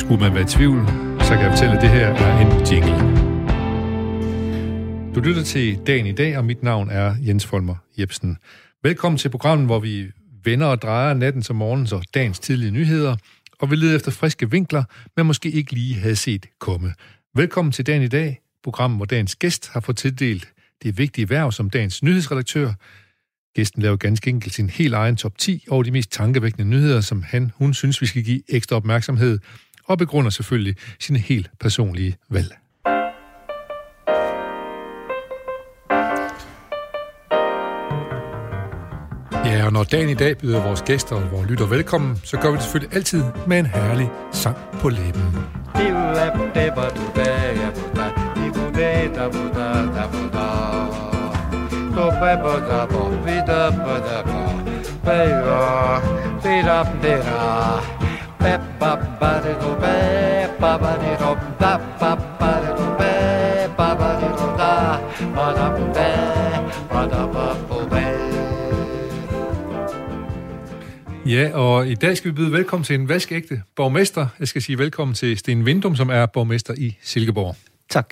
Skulle man være i tvivl, så kan jeg fortælle, at det her er en jingle. Du lytter til Dagen i dag, og mit navn er Jens Folmer Jebsen. Velkommen til programmet, hvor vi vender og drejer natten til morgens og dagens tidlige nyheder, og vi leder efter friske vinkler, men måske ikke lige havde set komme. Velkommen til Dagen i dag, programmet, hvor dagens gæst har fået tildelt det vigtige hverv som dagens nyhedsredaktør. Gæsten laver ganske enkelt sin helt egen top 10 over de mest tankevækkende nyheder, som hun synes, vi skal give ekstra opmærksomhed, og begrunder selvfølgelig sine helt personlige valg. Ja, og når Dagen i dag byder vores gæster og vores lytter velkommen, så gør vi det selvfølgelig altid med en herlig sang på læben. Ja, og i dag skal vi byde velkommen til en vaskeægte borgmester. Jeg skal sige velkommen til Sten Vindum, som er borgmester i Silkeborg. Tak.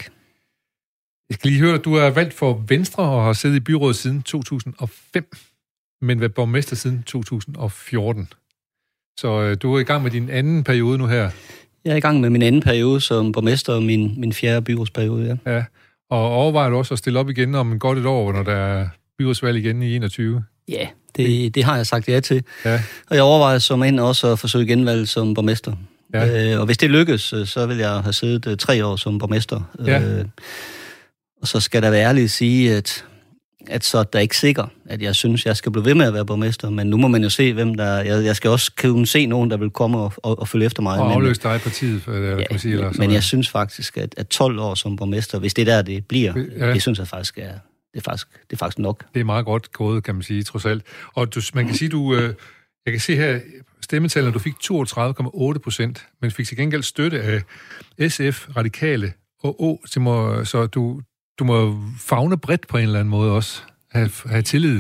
Jeg skal lige høre, at du er valgt for Venstre og har siddet i byrådet siden 2005, men været borgmester siden 2014. Så du er i gang med din anden periode nu her. Jeg er i gang med min anden periode som borgmester og min fjerde byrådsperiode, ja. Ja, og overvejer du også at stille op igen om godt et år, når der er byrådsvalg igen i 21? Ja, det har jeg sagt ja til. Ja. Og jeg overvejer som ind også at forsøge genvalg som borgmester. Ja. Og hvis det lykkes, så vil jeg have siddet 3 år som borgmester. Ja. Og så skal der være ærligt at sige, at så er det ikke sikkert, at jeg synes, jeg skal blive ved med at være borgmester. Men nu må man jo se, hvem der... Jeg skal også kunne se nogen, der vil komme og følge efter mig. Og afløse dig i partiet, kan man sige. Eller men jeg synes faktisk, at 12 år som borgmester, hvis det der det bliver, det synes jeg faktisk er... Det er faktisk nok. Det er meget godt gået, kan man sige, trods alt. Og man kan sige, jeg kan se her, stemmetallene, du fik 32,8%, men fik til gengæld støtte af SF, Radikale og så du må favne bredt på en eller anden måde også, have tillid.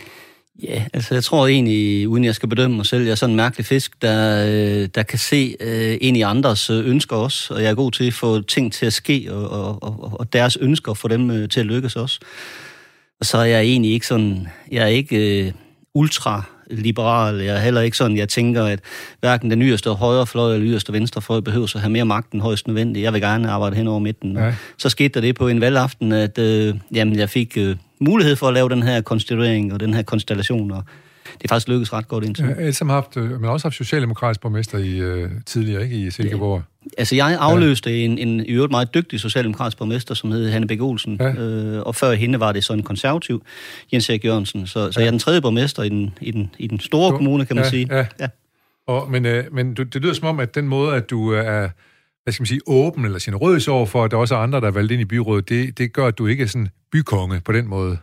Ja, altså jeg tror egentlig, uden jeg skal bedømme mig selv, jeg er sådan en mærkelig fisk, der kan se ind i andres ønsker også, og jeg er god til at få ting til at ske, og deres ønsker, få dem til at lykkes også. Og så er jeg egentlig ikke sådan, jeg er ikke ultraliberal, jeg er heller ikke sådan, jeg tænker, at hverken den yderste højrefløj eller yderste venstrefløj behøver at have mere magt end højst nødvendigt. Jeg vil gerne arbejde hen over midten. Ja. Så skete der det på en valgaften, at jeg fik mulighed for at lave den her konstituering og den her konstellation, og det er faktisk lykkedes ret godt indtil. Ja, som man har også haft socialdemokratisk borgmester tidligere, ikke, i Silkeborg? Ja. Altså, jeg afløste en i øvrigt meget dygtig socialdemokratisk borgmester, som hed Hanne Bæk Olsen, og før hende var det så en konservativ, Jens Erik Jørgensen. Så jeg er den tredje borgmester i den store kommune, kan man sige. Ja. Men det lyder som om, at den måde, at du er, hvad skal man sige, åben eller generøs over for, at der også er andre, der er valgt ind i byrådet, det gør, at du ikke er sådan bykonge på den måde.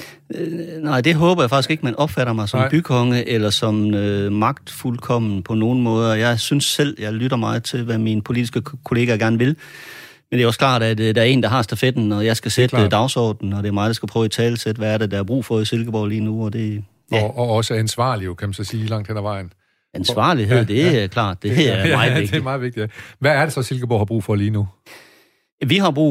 Nej, det håber jeg faktisk ikke, man opfatter mig som bykonge eller som magtfuldkommen på nogen måde. Jeg synes selv, jeg lytter meget til, hvad mine politiske kollegaer gerne vil. Men det er også klart, at der er en, der har stafetten, og jeg skal sætte dagsordenen, og det er mig, der skal prøve at talesætte, hvad er det, der er brug for i Silkeborg lige nu. Og også ansvarlig, kan man så sige, langt hen ad vejen. Ansvarlighed, det er klart. Det er meget vigtigt. Det er meget vigtigt, ja. Hvad er det så, Silkeborg har brug for lige nu? Vi har brug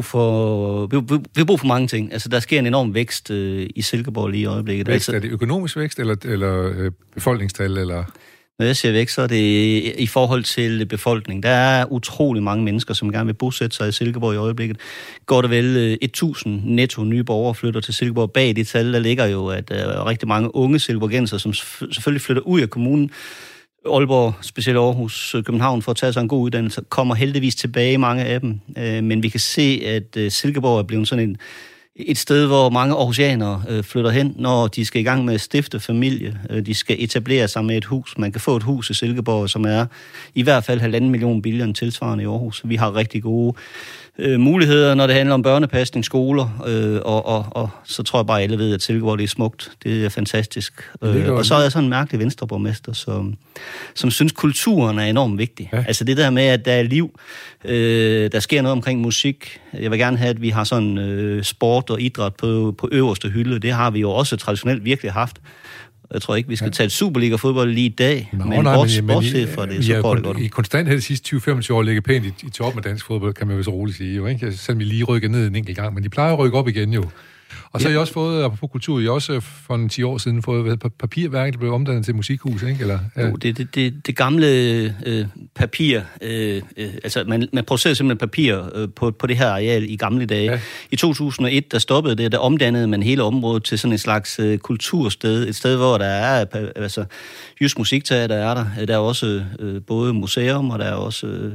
for mange ting. Altså, der sker en enorm vækst i Silkeborg lige i øjeblikket. Vækst, er det økonomisk vækst, eller befolkningstal, eller... Når jeg siger vækst, så er det i forhold til befolkning. Der er utrolig mange mennesker, som gerne vil bosætte sig i Silkeborg i øjeblikket. Går det vel 1.000 netto nye borgere flytter til Silkeborg. Bag det tal, der ligger jo, at der er rigtig mange unge silkeborgenser, som selvfølgelig flytter ud af kommunen. Aalborg, specielt Aarhus, København, for at tage sig en god uddannelse, kommer heldigvis tilbage, mange af dem. Men vi kan se, at Silkeborg er blevet sådan et sted, hvor mange aarhusianere flytter hen, når de skal i gang med at stifte familie. De skal etablere sig med et hus. Man kan få et hus i Silkeborg, som er i hvert fald 1,5 million billigere end tilsvarende i Aarhus. Vi har rigtig gode muligheder, når det handler om børnepasning, skoler, og så tror jeg bare, alle ved, at Silkeborg det er smukt. Det er fantastisk. Og så er jeg sådan en mærkelig venstreborgmester, som synes, kulturen er enormt vigtig. Ja. Altså det der med, at der er liv, der sker noget omkring musik. Jeg vil gerne have, at vi har sådan sport og idræt på øverste hylde. Det har vi jo også traditionelt virkelig haft. Jeg tror ikke, vi skal tale Superliga-fodbold lige i dag, men bortset fra det, så går det godt. I konstant her de sidste 20-25 år ligger pænt i toppen af dansk fodbold, kan man jo så roligt sige. Jo, ikke? Selvom vi lige rykker ned en enkelt gang, men de plejer at rykke op igen jo. Og så har I også fået, apropos kultur, I også for 10 år siden fået papirværket, der blev omdannet til musikhus, ikke? Eller, ja. Jo, det gamle papir, altså man producerede simpelthen papir på det her areal i gamle dage. Ja. I 2001, der stoppede det, der omdannede man hele området til sådan et slags kultursted, et sted, hvor der er, altså Jysk Musikteater er der er også både museum, og der er også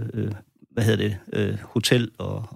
hotel,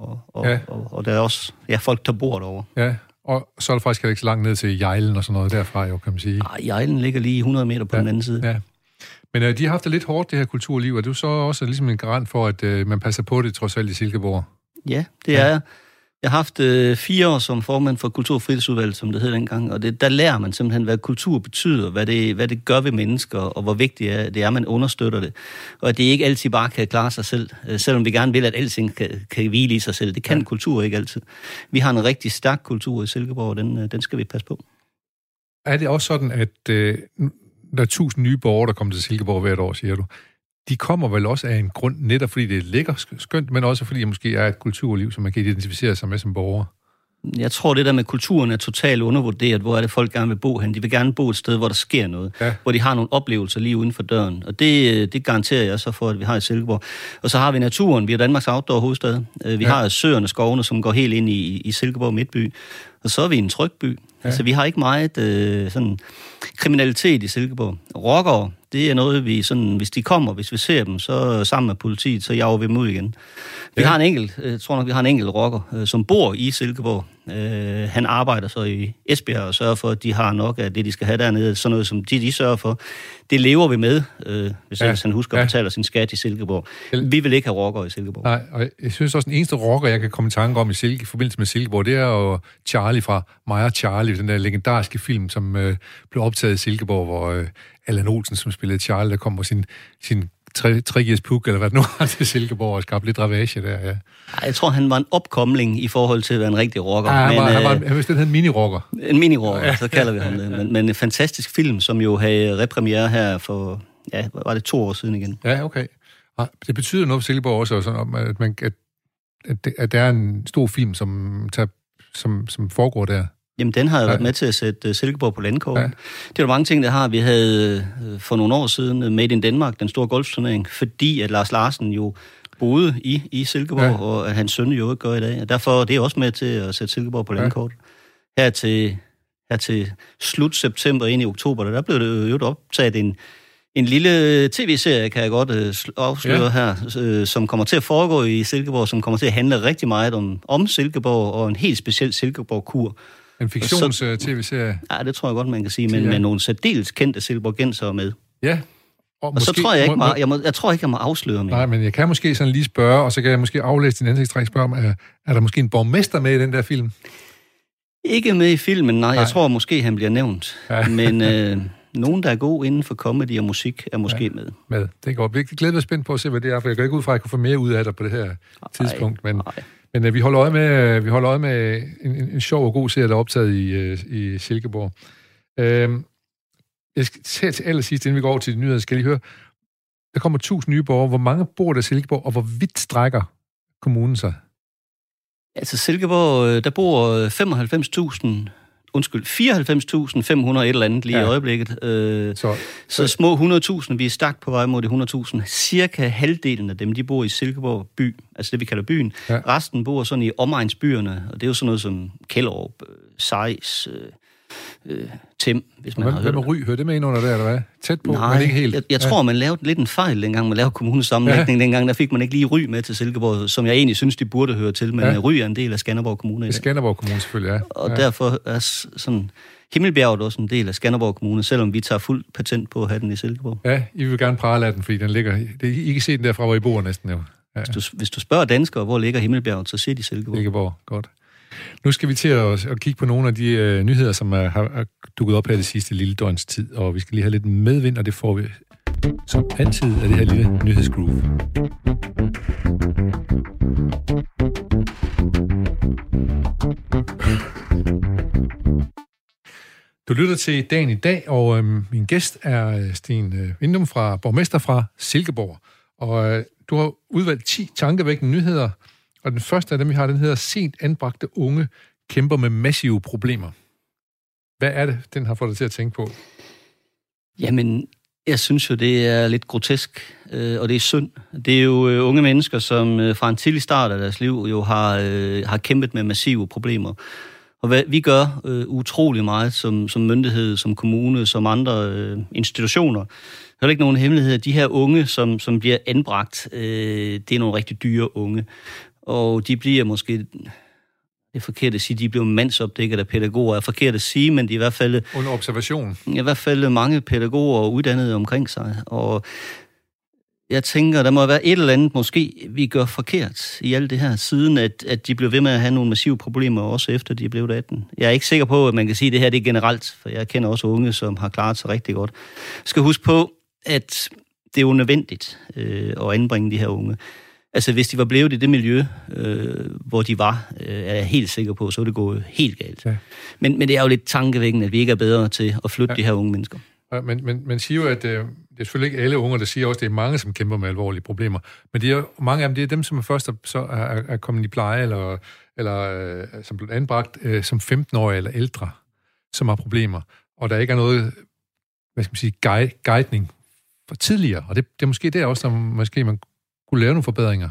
og der er også folk, der bor derovre. Ja. Og så er der faktisk ikke så langt ned til Jejlen og sådan noget derfra, jo, kan man sige. Jejlen ligger lige 100 meter på den anden side. Ja. Men de har haft det lidt hårdt, det her kulturliv, og det er jo så også ligesom en garant for, at man passer på det, trods alt i Silkeborg. Ja, det er jeg. Jeg har haft 4 år som formand for Kultur- og Fritidsudvalget, som det hed dengang, og der lærer man simpelthen, hvad kultur betyder, hvad det gør ved mennesker, og hvor vigtigt det er, at man understøtter det. Og at det ikke altid bare kan klare sig selv, selvom vi gerne vil, at alting kan hvile i sig selv. Det kan kultur ikke altid. Vi har en rigtig stærk kultur i Silkeborg, og den skal vi passe på. Er det også sådan, at der er 1000 nye borgere, der kommer til Silkeborg hvert år, siger du? De kommer vel også af en grund, netop fordi det er lækker skønt, men også fordi det måske er et kulturliv, som man kan identificere sig med som borger. Jeg tror, det der med kulturen er totalt undervurderet. Hvor er det, folk gerne vil bo hen? De vil gerne bo et sted, hvor der sker noget. Ja. Hvor de har nogle oplevelser lige uden for døren. Og det garanterer jeg så for, at vi har i Silkeborg. Og så har vi naturen. Vi er Danmarks outdoor-hovedstad. Vi har søerne, skovene, som går helt ind i Silkeborg Midtby. Og så er vi en tryg by. Ja. Altså, vi har ikke meget sådan kriminalitet i Silkeborg. Rockere, det er noget, vi sådan, hvis vi ser dem, så sammen med politiet, så jager vi dem ud igen. Vi har en enkelt rocker, som bor i Silkeborg. Han arbejder så i Esbjerg og sørger for, at de har nok af det, de skal have dernede. Sådan noget, som de sørger for. Det lever vi med, hvis han husker at betale sin skat i Silkeborg. Vi vil ikke have rockere i Silkeborg. Nej, og jeg synes også, den eneste rocker, jeg kan komme i tanke om i forbindelse med Silkeborg, det er jo Charlie fra Mig og Charlie, den der legendariske film, som blev optaget i Silkeborg, hvor Allan Olsen, som spillede Charlie, der kom på sin 3-gears puk, eller hvad det nu var, til Silkeborg, og skabte lidt ravage der, ja. Jeg tror, han var en opkomling i forhold til at være en rigtig rocker. Ja, han var en mini-rocker. En mini-rocker, så kalder vi ham det. Men en fantastisk film, som jo havde repremiere her for, var det 2 år siden igen. Ja, okay. Det betyder noget for Silkeborg også, at der er en stor film, som foregår der. Jamen, den har jo været med til at sætte Silkeborg på landkortet. Ja. Det er jo mange ting, der har. Vi havde for nogle år siden Made in Denmark, den store golfturnering, fordi at Lars Larsen jo boede i Silkeborg, og at hans søn jo ikke gør i dag. Og derfor er det også med til at sætte Silkeborg på landkortet. Her til slut september, ind i oktober, der blev det jo optaget en lille tv-serie, kan jeg godt afsløre her, som kommer til at foregå i Silkeborg, som kommer til at handle rigtig meget om Silkeborg, og en helt speciel Silkeborg-kur. En fiktions-tv-serie? Ja, det tror jeg godt, man kan sige, men med nogle særdeles kendte silkeborgensere med. Ja. Og måske, så tror jeg ikke, jeg tror ikke, jeg må afsløre mere. Nej, men jeg kan måske sådan lige spørge, og så kan jeg måske aflæse din ansigtstræk, spørge om, er der måske en borgmester med i den der film? Ikke med i filmen, nej. Jeg tror måske, han bliver nævnt. Ja. Men nogen, der er god inden for comedy og musik, er måske med. Det går. Vi glæder mig spændt på at se, hvad det er, for jeg går ikke ud fra, at jeg kan få mere ud af dig på det her tidspunkt, men vi holder øje med en sjov og god serie, der er optaget i Silkeborg. Jeg skal til allersidst, inden vi går over til de nyheder, skal jeg lige høre, der kommer 1000 nye borgere. Hvor mange bor der i Silkeborg, og hvor vidt strækker kommunen sig? Altså Silkeborg, der bor 94.500 et eller andet lige i øjeblikket. Så små 100.000, vi er stærkt på vej mod de 100.000. Cirka halvdelen af dem, de bor i Silkeborg by, altså det vi kalder byen. Ja. Resten bor sådan i omegnsbyerne, og det er jo sådan noget som Kjellerup, Sejs, Tim, hvis man har hørt. Hvad med Ry? Hører det med ind under der, eller hvad? Tæt på, men ikke helt. Jeg tror, man lavede lidt en fejl, dengang man lavede kommunesammenlægning. Dengang, der fik man ikke lige Ry med til Silkeborg, som jeg egentlig synes, de burde høre til, men Ry er en del af Skanderborg Kommune. Skanderborg Kommune selvfølgelig, ja. Og derfor er sådan Himmelbjerget også en del af Skanderborg Kommune, selvom vi tager fuld patent på at have den i Silkeborg. Ja, I vil gerne prale af den, fordi den ligger... I kan se den derfra, hvor I bor næsten jo. Ja. Hvis du spørger danskere, hvor ligger Himmelbjerget, så siger de Silkeborg. Silkeborg, godt. Nu skal vi til at kigge på nogle af de nyheder, som har dukket op her det sidste lille døgns tid, og vi skal lige have lidt medvind, og det får vi som altid af det her lille nyhedsgroove. Du lytter til Dagen i dag, og min gæst er Sten Vindum, borgmester fra Silkeborg. Og du har udvalgt 10 tankevækkende nyheder, og den første af dem, vi har, den hedder Sent anbragte unge kæmper med massive problemer. Hvad er det, den har fået dig til at tænke på? Jamen, jeg synes jo, det er lidt grotesk, og det er synd. Det er jo unge mennesker, som fra en tidlig start af deres liv jo har kæmpet med massive problemer. Og hvad vi gør utrolig meget som myndighed, som kommune, som andre institutioner. Der er ikke nogen hemmelighed, at de her unge, som bliver anbragt, det er nogle rigtig dyre unge. Og de bliver måske, det er forkert at sige, de bliver mandsopdækket af pædagoger, er forkert at sige, men de er i hvert fald under observation. I hvert fald mange pædagoger uddannede omkring sig. Og jeg tænker, der må være et eller andet, måske vi gør forkert i alt det her, siden at de blev ved med at have nogle massive problemer, også efter de blev 18. Jeg er ikke sikker på, at man kan sige, at det her det er generelt, for jeg kender også unge, som har klaret sig rigtig godt. Jeg skal huske på, at det er jo nødvendigt at anbringe de her unge. Altså, hvis de var blevet i det miljø, hvor de var, er jeg helt sikker på, så er det gået helt galt. Ja. Men det er jo lidt tankevækkende, at vi ikke er bedre til at flytte de her unge mennesker. Ja, men man siger jo, at det er selvfølgelig ikke alle unger, der siger også, at det er mange, som kæmper med alvorlige problemer. Men mange af dem, det er dem, som først er kommet i pleje, eller som blev anbragt som 15-årige eller ældre, som har problemer. Og der ikke er noget, hvad skal man sige, guidning for tidligere. Og det er måske der også, som måske man kunne lave nogle forbedringer.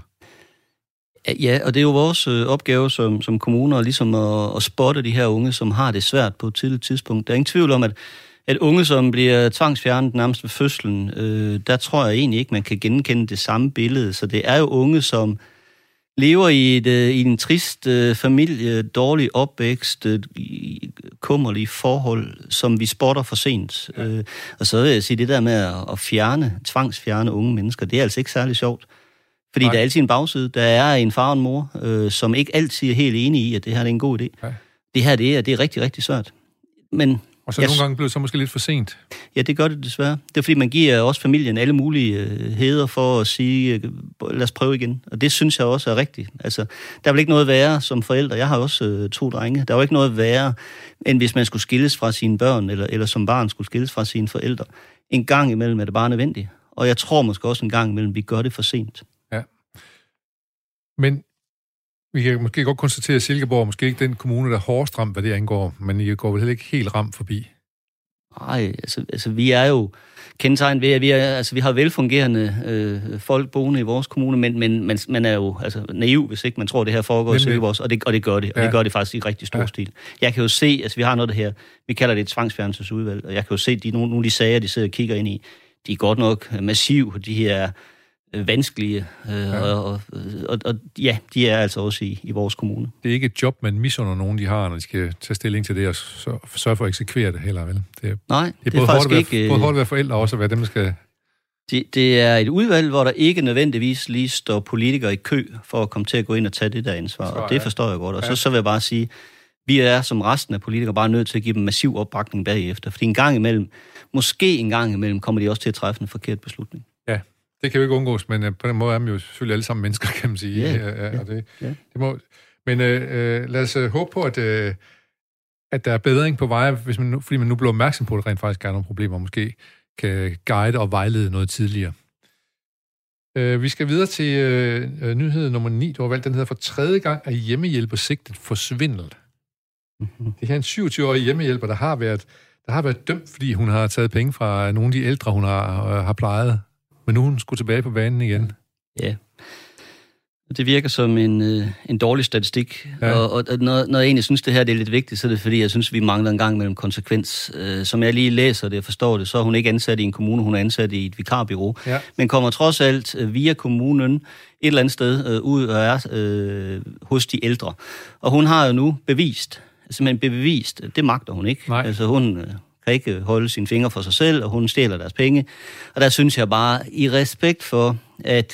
Ja, og det er jo vores opgave som kommuner, ligesom at spotte de her unge, som har det svært på et tidligt tidspunkt. Der er ingen tvivl om, at unge, som bliver tvangsfjernet nærmest ved fødslen, der tror jeg egentlig ikke, man kan genkende det samme billede. Så det er jo unge, som lever i en trist familie, dårlig opvækst, kummerlige forhold, som vi spotter for sent. Ja. Og så vil jeg sige, det der med at tvangsfjerne unge mennesker, det er altså ikke særlig sjovt. Fordi der er altid en bagside. Der er en far og en mor, som ikke altid er helt enige i, at det her er en god idé. Ja. Det her, det er rigtig, rigtig svært. Men og så nogle gange blev det så måske lidt for sent. Ja, det gør det desværre. Det er fordi, man giver også familien alle mulige heder for at sige, lad os prøve igen. Og det synes jeg også er rigtigt. Altså, der er vel ikke noget værre som forældre. Jeg har også 2 drenge. Der er jo ikke noget værre, end hvis man skulle skilles fra sine børn, eller som barn skulle skilles fra sine forældre. En gang imellem er det bare nødvendigt. Og jeg tror måske også en gang imellem, vi gør det for sent. Ja. Men vi kan måske godt konstatere, at Silkeborg er måske ikke den kommune, der er hårdest ramt, hvad det angår, men I går vel heller ikke helt ramt forbi? Nej, altså vi er jo kendetegnet ved, at vi har velfungerende folk boende i vores kommune, men man er jo naiv, hvis ikke man tror, det her foregår i Silkeborg, og det gør det, og det gør det faktisk i rigtig stor stil. Jeg kan jo se, vi har noget der her, vi kalder det et tvangsfjernelsesudvalg, og jeg kan jo se, nogle af de sager, de sidder og kigger ind i, de er godt nok massive, de her vanskelige, og de er altså også i vores kommune. Det er ikke et job, man misunder nogen, de har, når de skal tage stilling til det, og sørge for at eksekvere det heller, vel? Nej, det er faktisk ikke både hårdt at være forældre, og også at være dem, der skal... Det er et udvalg, hvor der ikke nødvendigvis lige står politikere i kø for at komme til at gå ind og tage det der ansvar, og det forstår jeg godt. Og så vil jeg bare sige, vi er som resten af politikere bare nødt til at give dem massiv opbakning bagefter, fordi en gang imellem, kommer de også til at træffe en forkert beslutning. Ja. Det kan jo ikke undgås, men på den måde er vi jo selvfølgelig alle sammen mennesker, kan man sige. Det må, men lad os håbe på, at der er bedring på vej, fordi man nu bliver opmærksom på, at det rent faktisk er nogle problemer, måske kan guide og vejlede noget tidligere. Vi skal videre til nyhed nummer 9, du har valgt. Den hedder: for 3. gang er hjemmehjælper sigtet for svindel. Mm-hmm. Det er en 27-årig hjemmehjælper, der har været dømt, fordi hun har taget penge fra nogle af de ældre, hun har plejet. Men nu hun skulle tilbage på banen igen. Ja. Det virker som en dårlig statistik. Ja. Og når jeg egentlig synes, det her det er lidt vigtigt, så er det fordi, jeg synes, vi mangler en gang mellem konsekvens. Som jeg lige læser det og forstår det, så er hun ikke ansat i en kommune, hun er ansat i et vikarbureau. Ja. Men kommer trods alt via kommunen et eller andet sted ud og er hos de ældre. Og hun har jo nu simpelthen bevist, det magter hun ikke. Nej. Altså hun kan ikke holde sine fingre for sig selv, og hun stjæler deres penge. Og der synes jeg bare, i respekt for, at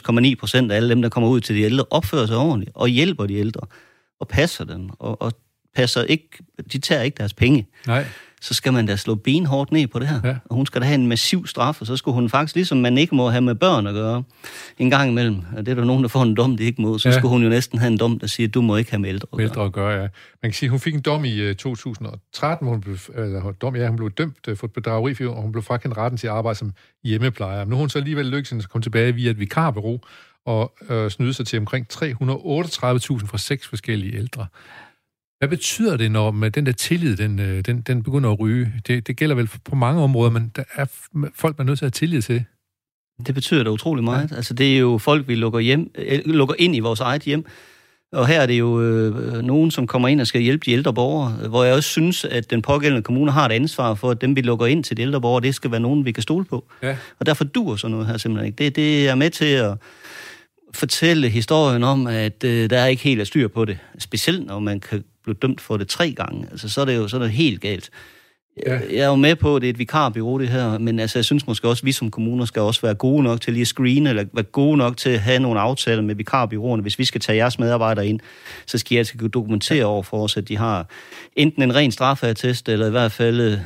99,9% af alle dem, der kommer ud til de ældre, opfører sig ordentligt, og hjælper de ældre, og passer dem, og de tager ikke deres penge. Nej. Så skal man da slå benhårdt ned på det her. Ja. Og hun skal da have en massiv straf, og så skulle hun faktisk, ligesom man ikke må have med børn at gøre, en gang imellem, og det er der nogen, der får en dom, de ikke må, så skulle hun jo næsten have en dom, der siger, du må ikke have med ældre at gøre. Ja. Man kan sige, hun fik en dom i 2013, hvor hun blev dømt for et bedrageri, og hun blev frakendt retten til at arbejde som hjemmeplejer. Men nu har hun så alligevel lykkedes at komme tilbage via et vikarbureau og snyde sig til omkring 338.000 fra 6 forskellige ældre. Hvad betyder det, når med den der tillid, den begynder at ryge? Det gælder vel på mange områder, men der er folk, man er nødt til at have tillid til. Det betyder da utrolig meget. Ja. Altså, det er jo folk, vi lukker ind i vores eget hjem. Og her er det jo nogen, som kommer ind og skal hjælpe de ældre borgere, hvor jeg også synes, at den pågældende kommune har et ansvar for, at dem, vi lukker ind til de ældre borgere, det skal være nogen, vi kan stole på. Ja. Og derfor duer sådan noget her simpelthen ikke. Det er med til at fortælle historien om, at der er ikke helt at styr på det. Specielt når man kan blive dømt for det 3 gange. Altså, så er det helt galt. Ja. Jeg er jo med på, at det er et vikarbureau, det her, men altså, jeg synes måske også, at vi som kommuner skal også være gode nok til lige at screene, eller være gode nok til at have nogle aftaler med vikarbureauerne. Hvis vi skal tage jeres medarbejdere ind, så skal jeg altså kunne dokumentere over for os, at de har enten en ren straffeattest, eller i hvert fald,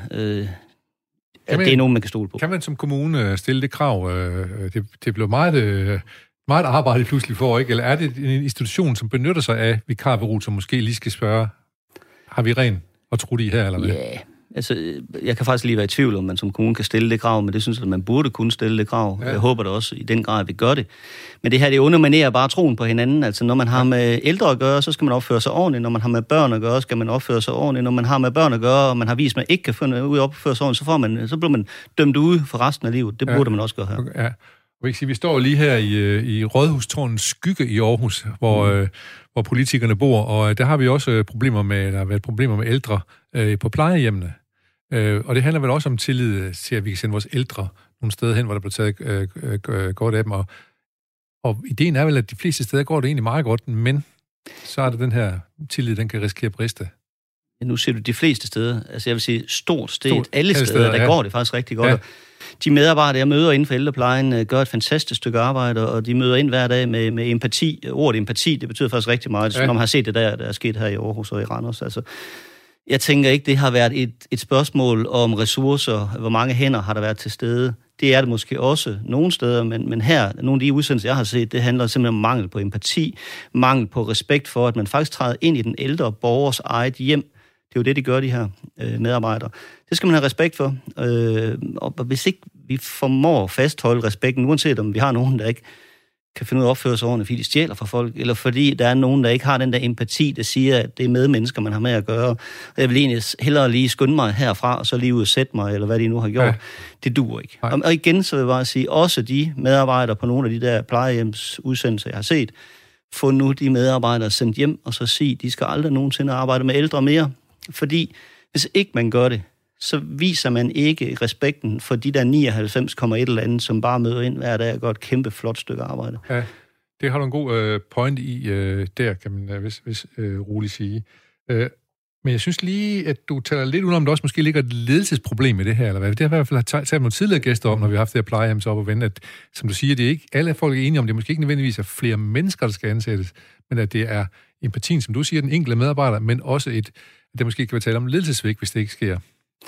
at det er nogen, man kan stole på. Kan man som kommune stille det krav? Det blev meget arbejde pludselig for, ikke? Eller er det en institution, som benytter sig af vikarbureauet, som måske lige skal spørge, har vi ren og trudt i her, eller hvad? Ja, altså, jeg kan faktisk lige være i tvivl om, man som kommune kan stille det krav, men det synes jeg, at man burde kunne stille det krav. Ja. Jeg håber da også i den grad, at vi gør det. Men det her, det underminerer bare troen på hinanden. Altså, når man har med ældre at gøre, så skal man opføre sig ordentligt. Når man har med børn at gøre, skal man opføre sig ordentligt. Når man har med børn at gøre, og man har vist, at man ikke kan finde ud af at opføre sig ordentligt, så bliver man dømt ude for resten af livet. Det burde man også gøre her. Ja. Vi står lige her i Rådhustårnets skygge i Aarhus, hvor politikerne bor, og der har vi også der har været problemer med ældre på plejehjemmene. Og det handler vel også om tillid til, at vi kan sende vores ældre nogle steder hen, hvor der bliver taget godt af dem. Og ideen er vel, at de fleste steder går det egentlig meget godt, men så er det den her tillid, den kan risikere at briste. Ja, nu ser du de fleste steder. Altså jeg vil sige stort alle steder, der går det faktisk rigtig godt. Ja. De medarbejdere, jeg møder inden for ældreplejen, gør et fantastisk stykke arbejde, og de møder ind hver dag med empati. Ordet empati, det betyder faktisk rigtig meget, når man har set det der er sket her i Aarhus og i Randers. Altså, jeg tænker ikke, det har været et spørgsmål om ressourcer, hvor mange hænder har der været til stede. Det er det måske også nogle steder, men her, nogle af de udsendelser, jeg har set, det handler simpelthen om mangel på empati, mangel på respekt for, at man faktisk træder ind i den ældre borgers eget hjem. Det er jo det, de gør, de her medarbejdere. Det skal man have respekt for. Og hvis ikke vi formår at fastholde respekten, uanset om vi har nogen, der ikke kan finde ud af at opføre sig ordentligt, fordi de stjæler fra folk, eller fordi der er nogen, der ikke har den der empati, der siger, at det er medmennesker, man har med at gøre. Og jeg vil egentlig hellere lige skynde mig herfra, og så lige ud og sætte mig, eller hvad de nu har gjort. Ja. Det duer ikke. Og igen, så vil jeg bare sige, også de medarbejdere på nogle af de der plejehjemsudsendelser, jeg har set, få nu de medarbejdere sendt hjem, og så sige, de skal aldrig nogensinde arbejde med ældre mere. Fordi hvis ikke man gør det, så viser man ikke respekten for de der 99,1 eller andet, som bare møder ind hver dag og gør et kæmpe flot stykke arbejde. Ja, det har du en god point i der, kan man hvis roligt sige. Men jeg synes lige, at du taler lidt ud om, der også måske ligger et ledelsesproblem i det her, eller hvad? Det har i hvert fald talt nogle tidligere gæster om, når vi har haft det her plejehjem så op og vende, at som du siger, det er ikke alle folk er enige om, det er måske ikke nødvendigvis er flere mennesker, der skal ansættes, men at det er empatien, som du siger, den enkelte medarbejder, men også det måske kan vi tale om ledelsesvægt, hvis det ikke sker.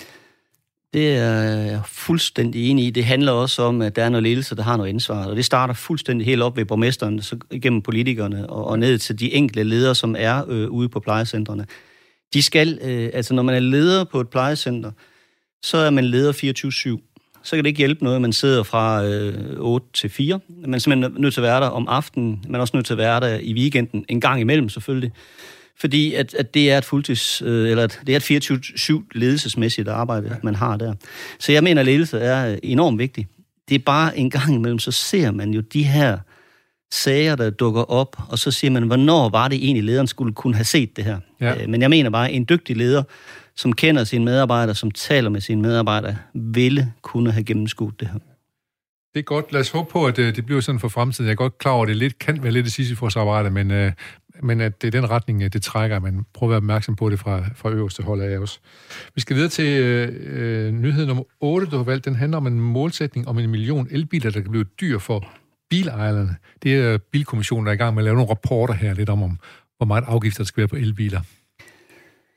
Det er jeg fuldstændig enig i. Det handler også om, at der er noget ledelse, der har noget ansvar. Og det starter fuldstændig helt op ved borgmesteren, så igennem politikerne og ned til de enkelte ledere, som er ude på plejecentrene. De skal, altså når man er leder på et plejecenter, så er man leder 24/7. Så kan det ikke hjælpe noget, at man sidder fra 8 til 4. Man er simpelthen nødt til at være der om aftenen. Man er også nødt til at være der i weekenden, en gang imellem selvfølgelig. Fordi at det er et det er et 24/7 ledelsesmæssigt arbejde, man har der. Så jeg mener, at ledelse er enormt vigtig. Det er bare en gang imellem, så ser man jo de her sager, der dukker op, og så siger man, hvornår var det egentlig, lederen skulle kunne have set det her. Ja. Men jeg mener bare, en dygtig leder, som kender sine medarbejdere, som taler med sine medarbejdere, ville kunne have gennemskuet det her. Det er godt. Lad os håbe på, at det bliver sådan for fremtiden. Jeg er godt klar over, at det kan være lidt et sisyfosarbejde, men at det er den retning, det trækker. Man prøver at være opmærksom på det fra øverste hold af os. Vi skal videre til nyhed nummer 8, du har valgt. Den handler om en målsætning om 1 million elbiler, der kan blive dyr for bilejerne. Det er Bilkommissionen, der er i gang med at lave nogle rapporter her lidt om hvor meget afgifter der skal være på elbiler.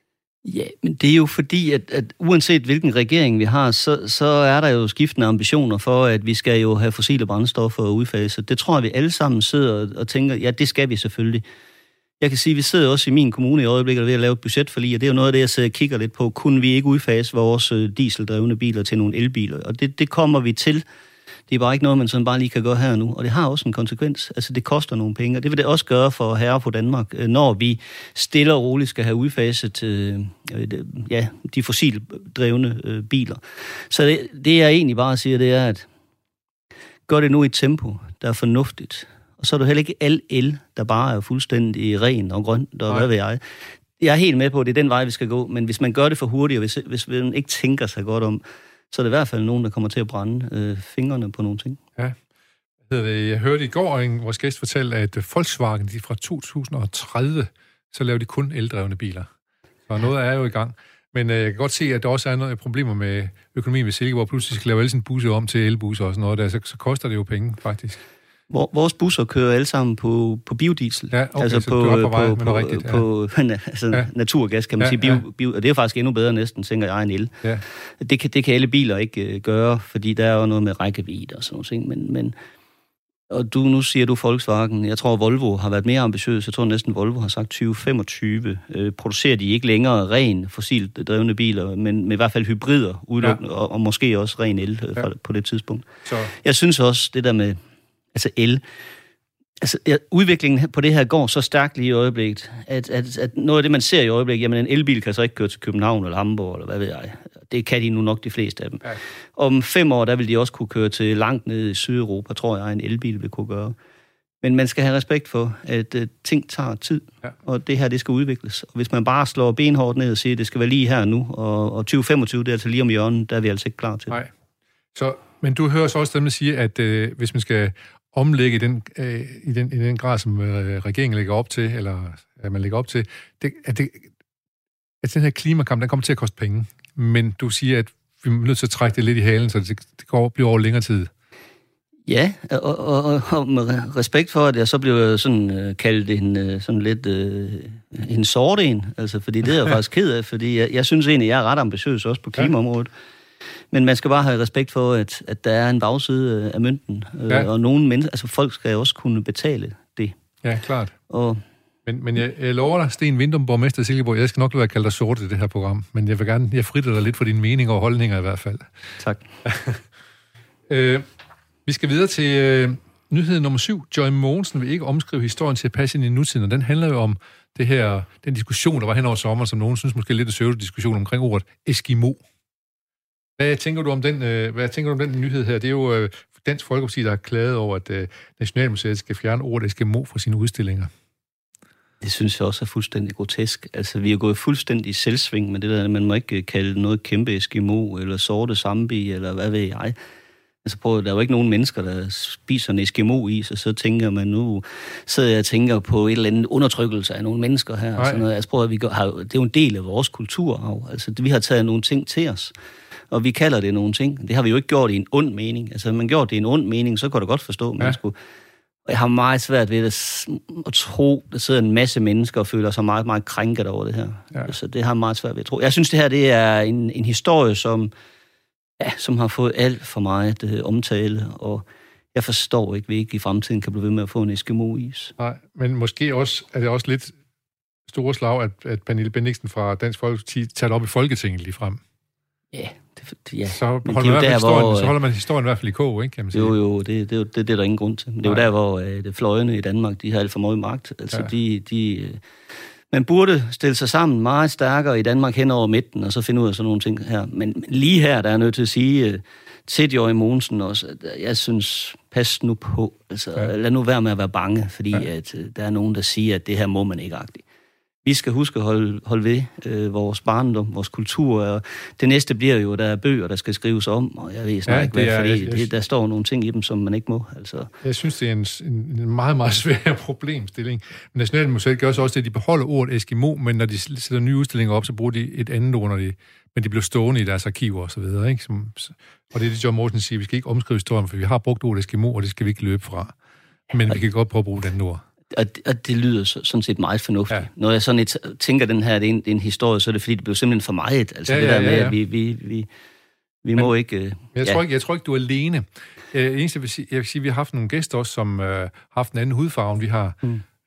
Ja, men det er jo fordi, at uanset hvilken regering vi har, så er der jo skiftende ambitioner for, at vi skal jo have fossile brændstoffer udfaset. Det tror jeg, vi alle sammen sidder og tænker, ja, det skal vi selvfølgelig. Jeg kan sige, at vi sidder også i min kommune i øjeblikket ved at lave et budgetforlig, og det er jo noget af det, jeg sidder og kigger lidt på. Kunne vi ikke udfase vores dieseldrevne biler til nogle elbiler? Og det kommer vi til. Det er bare ikke noget, man sådan bare lige kan gøre her nu. Og det har også en konsekvens. Altså, det koster nogle penge. Og det vil det også gøre for herrer på Danmark, når vi stille og roligt skal have udfaset de fossildrevne biler. Så det, jeg egentlig bare siger, det er, at gør det nu i et tempo, der er fornuftigt. Og så er det heller ikke al el, der bare er fuldstændig ren og grøn, og hvad ved jeg. Jeg er helt med på, at det er den vej, vi skal gå. Men hvis man gør det for hurtigt, og hvis man ikke tænker sig godt om, så er det i hvert fald nogen, der kommer til at brænde fingrene på nogle ting. Ja. Jeg hørte i går, vores gæst fortalte, at Volkswagen de fra 2030, så laver de kun eldrevne biler. Så noget er jo i gang. Men jeg kan godt se, at der også er nogle problemer med økonomien ved Silkeborg. Pludselig skal lave alle sine busser om til elbusser og sådan noget. Så koster det jo penge, faktisk. Vores busser kører alle sammen på biodiesel. Ja, okay, altså på naturgas, kan man sige. Og det er faktisk endnu bedre næsten, tænker jeg, end el. Ja. Det kan alle biler ikke gøre, fordi der er jo noget med rækkevidde og sådan noget ting. Men og nu siger du Volkswagen. Jeg tror, Volvo har været mere ambitiøs. Jeg tror næsten, Volvo har sagt 2025. Producerer de ikke længere ren fossilt drevne biler, men med i hvert fald hybrider udelukkende, og måske også ren el på det tidspunkt. Så. Jeg synes også, det der med el. Udviklingen på det her går så stærkt lige i øjeblikket, at noget af det, man ser i øjeblikket, jamen en elbil kan så ikke køre til København eller Hamburg, eller hvad ved jeg. Det kan de nu nok de fleste af dem. Ja. Om 5 år, der vil de også kunne køre til langt ned i Sydeuropa, tror jeg, en elbil vil kunne gøre. Men man skal have respekt for, at ting tager tid, og det her, det skal udvikles. Og hvis man bare slår benhårdt ned og siger, at det skal være lige her nu, og 2025, det er altså lige om hjørnet, der er vi altså ikke klar til. Nej. Men du hører så også dem, der siger, at hvis man skal omlægge i den grad, som regeringen lægger op til, eller at man lægger op til, at den her klimakamp, den kommer til at koste penge. Men du siger, at vi er nødt til at trække det lidt i halen, så det bliver over længere tid. Ja, og med respekt for, at jeg så blev sådan kaldt en sort en, altså, fordi det er jeg faktisk ked af, fordi jeg synes egentlig, jeg er ret ambitiøs også på klimaområdet. Men man skal bare have respekt for, at der er en bagside af mønten, og nogle mennesker, altså folk skal også kunne betale det. Ja, klart. Men jeg lover dig, Sten Vindum, borgmester i Silkeborg, jeg skal nok lade være kaldt dig sort i det her program, men jeg fritter dig lidt for dine meninger og holdninger i hvert fald. Tak. Vi skal videre til nyhed nummer 7. Joy Mogensen vil ikke omskrive historien til at passe ind i nutiden, og den handler jo om den diskussion, der var hen over sommer, som nogen synes måske lidt af diskussion omkring ordet Eskimo. Hvad tænker du om den nyhed her? Det er jo Dansk Folkeparti, der har klaget over, at Nationalmuseet skal fjerne ordet Eskimo fra sine udstillinger. Det synes jeg også er fuldstændig grotesk. Altså, vi er gået fuldstændig i selvsving med det der, man må ikke kalde noget kæmpe Eskimo, eller sorte zombie, eller hvad ved jeg. Altså, der er jo ikke nogen mennesker, der spiser en Eskimo-is, og så tænker man, nu sidder jeg og tænker på et eller andet undertrykkelse af nogle mennesker her. Og sådan noget. Altså, det er jo en del af vores kulturarv. Altså, vi har taget nogle ting til os, og vi kalder det nogle ting. Det har vi jo ikke gjort i en ond mening. Altså, man gjort det i en ond mening, så kan du godt forstå, at man skulle. Og jeg har meget svært ved at tro, der sidder en masse mennesker og føler sig meget, meget krænket over det her. Ja. Altså, det har jeg meget svært ved at tro. Jeg synes, det her det er en historie, som har fået alt for meget omtale, og jeg forstår ikke, at vi ikke i fremtiden kan blive ved med at få en Eskimo-is. Nej, men måske også er det også lidt store slag, at Pernille Bendixen fra Dansk Folkeparti tager det op i Folketinget lige frem. Ja. Så holder man historien i hvert fald i kog, ikke? Kan man sige. Jo, det er der ingen grund til. Men det er jo der, hvor det fløjene i Danmark, de har alt for meget magt. Altså, man burde stille sig sammen meget stærkere i Danmark hen over midten, og så finde ud af sådan nogle ting her. Men lige her, der er nødt til at sige til Joy Mogensen også, at jeg synes, pas nu på. Altså, lad nu være med at være bange, fordi at der er nogen, der siger, at det her må man ikke agtigt. Vi skal huske at holde ved vores barndom, vores kultur, og det næste bliver jo, der er bøger, der skal skrives om, og jeg ved snart ikke hvad, fordi der står nogle ting i dem, som man ikke må. Altså. Jeg synes, det er en meget, meget svær problemstilling. Nationalmuseet gør også det, at de beholder ordet Eskimo, men når de sætter nye udstillinger op, så bruger de et andet ord, men de bliver stående i deres arkiver og så videre. Ikke? Og det er det, Joy Mogensen siger, vi skal ikke omskrive historien, for vi har brugt ordet Eskimo, og det skal vi ikke løbe fra. Men vi kan godt prøve at bruge den ord. Og det lyder sådan set meget fornuftigt. Ja. Når jeg sådan tænker, den her, det er en historie, så er det fordi, det blev simpelthen for meget. Altså det der med, at vi må ikke... Jeg tror ikke, du er alene. Eneste, jeg vil sige, vi har haft nogle gæster også, som har haft en anden hudfarve, vi har,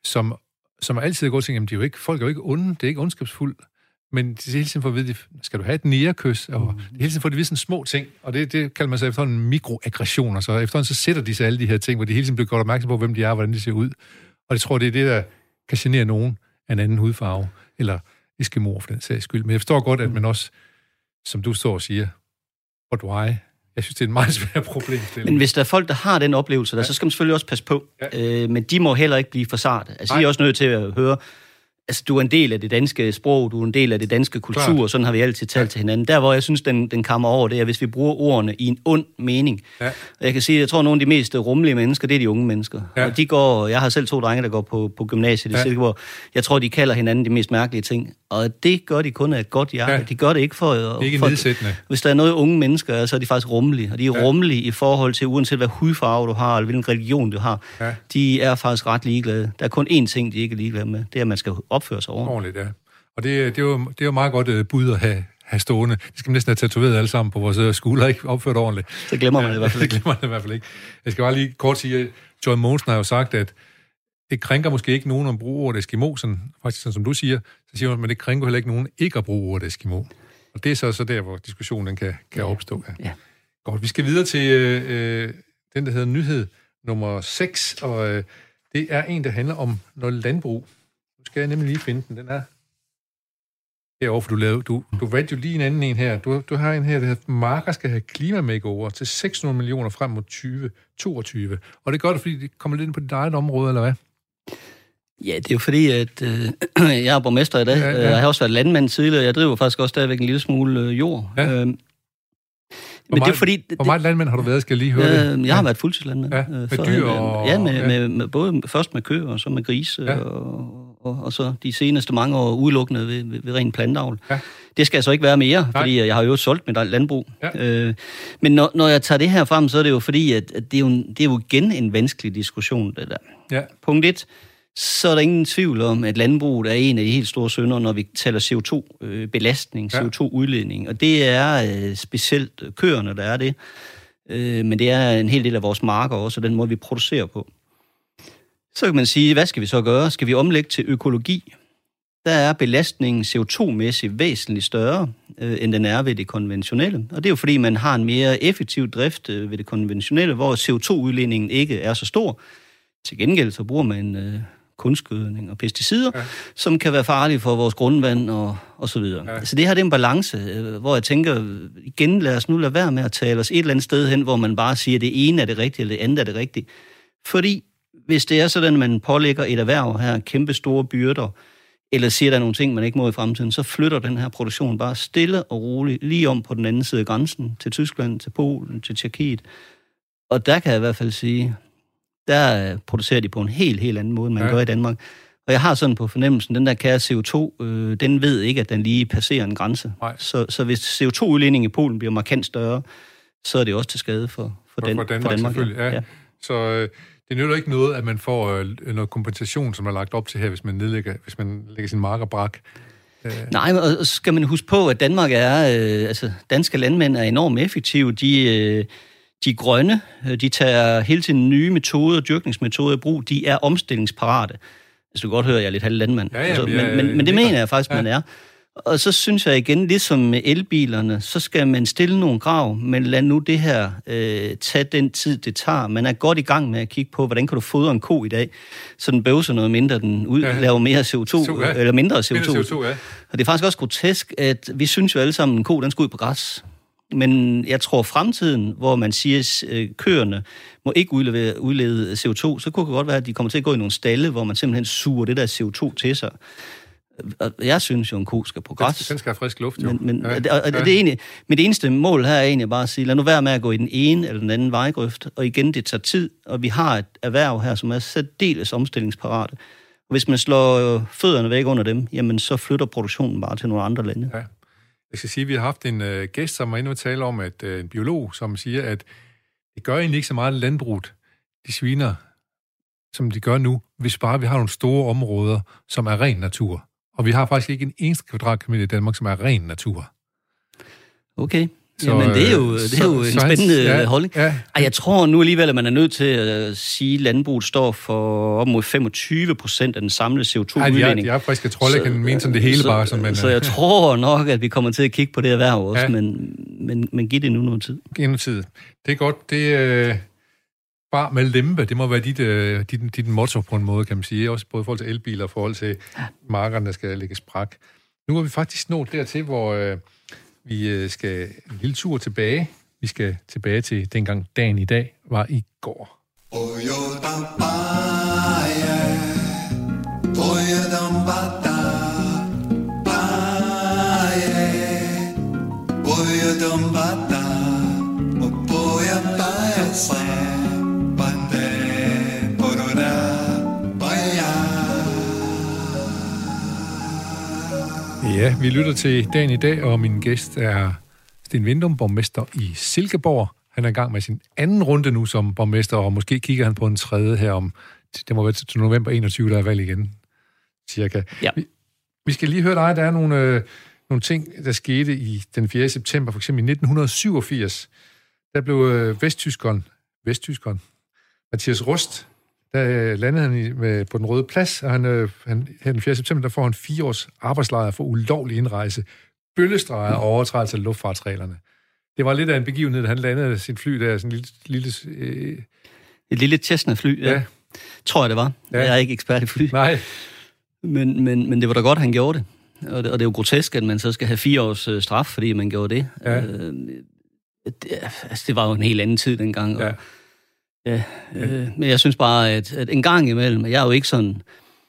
som altid er gået og tænkt, jamen folk er jo ikke onde, det er ikke ondskabsfuldt, men det er hele tiden for at vide, skal du have et nærekys, og det er hele tiden for at vide sådan små ting, og det kalder man så efterhånden mikroaggressioner, så efterhånden så sætter de sig alle de her ting, hvor de hele tiden bliver godt opmærksom på, hvem de er, og hvordan de ser ud, og jeg tror, det er det, der kan genere nogen af en anden hudfarve, eller eskimoer for den sags skyld, men jeg forstår godt, at man også, som du står og siger, but why? Jeg synes, det er et meget svært problem. Men hvis der er folk, der har den oplevelse, så skal man selvfølgelig også passe på. Ja. Men de må heller ikke blive for sarte. Altså, de er også nødt til at høre, altså, du er en del af det danske sprog, du er en del af det danske kultur, og sådan har vi altid talt til hinanden. Der, hvor jeg synes, den kommer over, det er, hvis vi bruger ordene i en ond mening. Ja. Jeg kan sige, jeg tror, at nogle af de mest rummelige mennesker, det er de unge mennesker. Ja. Og jeg har selv 2 drenge, der går på gymnasiet i Silkeborg. Jeg tror, de kalder hinanden de mest mærkelige ting. Og det gør de kun af et godt hjerte. Ja. De gør det ikke for... Det er ikke nedsættende. Hvis der er noget unge mennesker, så er de faktisk rummelige. Og de er rummelige i forhold til, uanset hvad hudfarve du har, eller hvilken religion du har. Ja. De er faktisk ret ligeglade. Der er kun én ting, de ikke er ligeglade med. Det er, at man skal opføre sig ordentligt. Ja. Og det er jo meget godt bud at have stående. Det skal man næsten have tatoveret alle sammen på vores skuldre, ikke opført ordentligt. Så glemmer man det i hvert fald ikke. Det glemmer man i hvert fald ikke. Jeg skal bare lige kort sige, at Joy Mogensen har jo sagt, at det krænker måske ikke nogen at bruge ordet Eskimo, faktisk sådan som du siger, så siger man, men det krænker heller ikke nogen ikke at bruge ordet Eskimo. Og det er så der, hvor diskussionen kan opstå. Ja. Godt, vi skal videre til den, der hedder nyhed nummer 6, og det er en, der handler om noget landbrug. Nu skal jeg nemlig lige finde den. Den er herovre, for du valgte jo lige en anden en her. Du har en her, der hedder, marker skal have klimamakeover til 600 millioner frem mod 2022. Og det gør det, fordi det kommer lidt ind på dit eget område, eller hvad? Ja, det er jo fordi, at jeg er borgmester i dag. Ja. Jeg har også været landmand tidligere. Jeg driver faktisk også stadigvæk en lille smule jord. Ja. Hvor meget landmand har du været, skal jeg lige høre det? Jeg har været fuldtidslandmand. Ja, med dyr og... Ja, med både først med køer, og så med grise, og så de seneste mange år udelukkende ved ren plantavl. Ja. Det skal så ikke være mere, fordi jeg har jo solgt mit landbrug. Ja. Men når jeg tager det her frem, så er det jo fordi, at det er jo igen en vanskelig diskussion, det der. Ja. Punkt 1. Så er der ingen tvivl om, at landbruget er en af de helt store synder, når vi taler CO2-belastning, CO2-udledning. Og det er specielt køerne, der er det. Men det er en hel del af vores marker også, og den måde, vi producerer på. Så kan man sige, hvad skal vi så gøre? Skal vi omlægge til økologi? Der er belastningen CO2-mæssigt væsentligt større, end den er ved det konventionelle. Og det er jo fordi, man har en mere effektiv drift ved det konventionelle, hvor CO2-udledningen ikke er så stor. Til gengæld så bruger man kunstgødning og pesticider, som kan være farlige for vores grundvand og så videre. Ja. Så det her det er en balance, hvor jeg tænker, igen lad os nu lade være med at tale os et eller andet sted hen, hvor man bare siger, at det ene er det rigtige, eller det andet er det rigtige. Fordi hvis det er sådan, at man pålægger et erhverv her kæmpe store byrder, eller siger, der er nogle ting, man ikke må i fremtiden, så flytter den her produktion bare stille og roligt lige om på den anden side af grænsen, til Tyskland, til Polen, til Tjekkiet. Og der kan jeg i hvert fald sige, der producerer de på en helt anden måde, man gør i Danmark. Og jeg har sådan på fornemmelsen, den der kære CO2, den ved ikke, at den lige passerer en grænse. Så hvis CO2-udledningen i Polen bliver markant større, så er det også til skade for Danmark. Selvfølgelig, ja. Det nytter ikke noget, at man får noget kompensation, som er lagt op til her, hvis man lægger sin marker brak. Nej, og skal man huske på, at Danmark danske landmænd er enormt effektive. De er grønne, de tager hele tiden nye metoder, dyrkningsmetoder i brug, de er omstillingsparate. Altså, du kan godt høre, at jeg er lidt halv landmand. Men det mener jeg faktisk, man er. Og så synes jeg igen, ligesom med elbilerne, så skal man stille nogle krav, men lad nu det her tage den tid, det tager. Man er godt i gang med at kigge på, hvordan kan du fodre en ko i dag, så den bøvser noget mindre, den laver mere CO2, eller mindre CO2. Og det er faktisk også grotesk, at vi synes jo alle sammen, at en ko, den skal ud på græs. Men jeg tror, fremtiden, hvor man siger, at køerne må ikke udlede CO2, så kunne det godt være, at de kommer til at gå i nogle stalle, hvor man simpelthen suger det der CO2 til sig. Og jeg synes jo, en ko skal på græs. Den skal have frisk luft, jo. Det eneste mål her er egentlig bare at sige, lad nu være med at gå i den ene eller den anden vejgrøft. Og igen, det tager tid, og vi har et erhverv her, som er særdeles omstillingsparate. Og hvis man slår fødderne væk under dem, jamen så flytter produktionen bare til nogle andre lande. Ja. Jeg skal sige, at vi har haft en gæst, som var inde og tale om, at en biolog, som siger, at det gør egentlig ikke så meget landbruget. De sviner som de gør nu, hvis bare vi har nogle store områder, som er ren natur. Og vi har faktisk ikke en eneste kvadratkilometer i Danmark, som er ren natur. Okay. Jamen, det er jo en spændende holdning. Ja. Jeg tror nu alligevel, at man er nødt til at sige, at landbruget står for op mod 25% af den samlede CO2-udledning. Jeg er faktisk, jeg tror ikke, han mener sådan det hele bare. Som man, så jeg tror nok, at vi kommer til at kigge på det erhverv også, men giv det nu noget tid. Giv noget tid. Det er godt. Det bare med lempe, det må være dit motto på en måde, kan man sige. Også både i forhold til elbiler og i forhold til markerne, der skal lægges brak. Nu er vi faktisk nået dertil, hvor vi skal en lille tur tilbage. Vi skal tilbage til dengang dagen i dag var i går. Ja, vi lytter til dagen i dag, og min gæst er Sten Vindum, borgmester i Silkeborg. Han er i gang med sin anden runde nu som borgmester, og måske kigger han på en tredje her om, det må være til november 21, der er valg igen, cirka. Ja. Vi skal lige høre dig, der er nogle ting, der skete i den 4. september, for eksempel i 1987. Der blev vesttyskeren, Mathias Rust, der landede han på den Røde Plads, og han den 4. september, der får han 4 års arbejdslejr for ulovlig indrejse, bøllestreger og overtrædelse af luftfartsreglerne. Det var lidt af en begivenhed, da han landede sin fly der, sådan et lille Cessna-fly, ja. Tror jeg, det var. Ja. Jeg er ikke ekspert i fly. Nej. Men det var da godt, han gjorde det. Og det er jo grotesk, at man så skal have 4 års straf, fordi man gjorde det. Ja. Det var jo en helt anden tid dengang. Ja. Men jeg synes bare, at en gang imellem, jeg er jo ikke sådan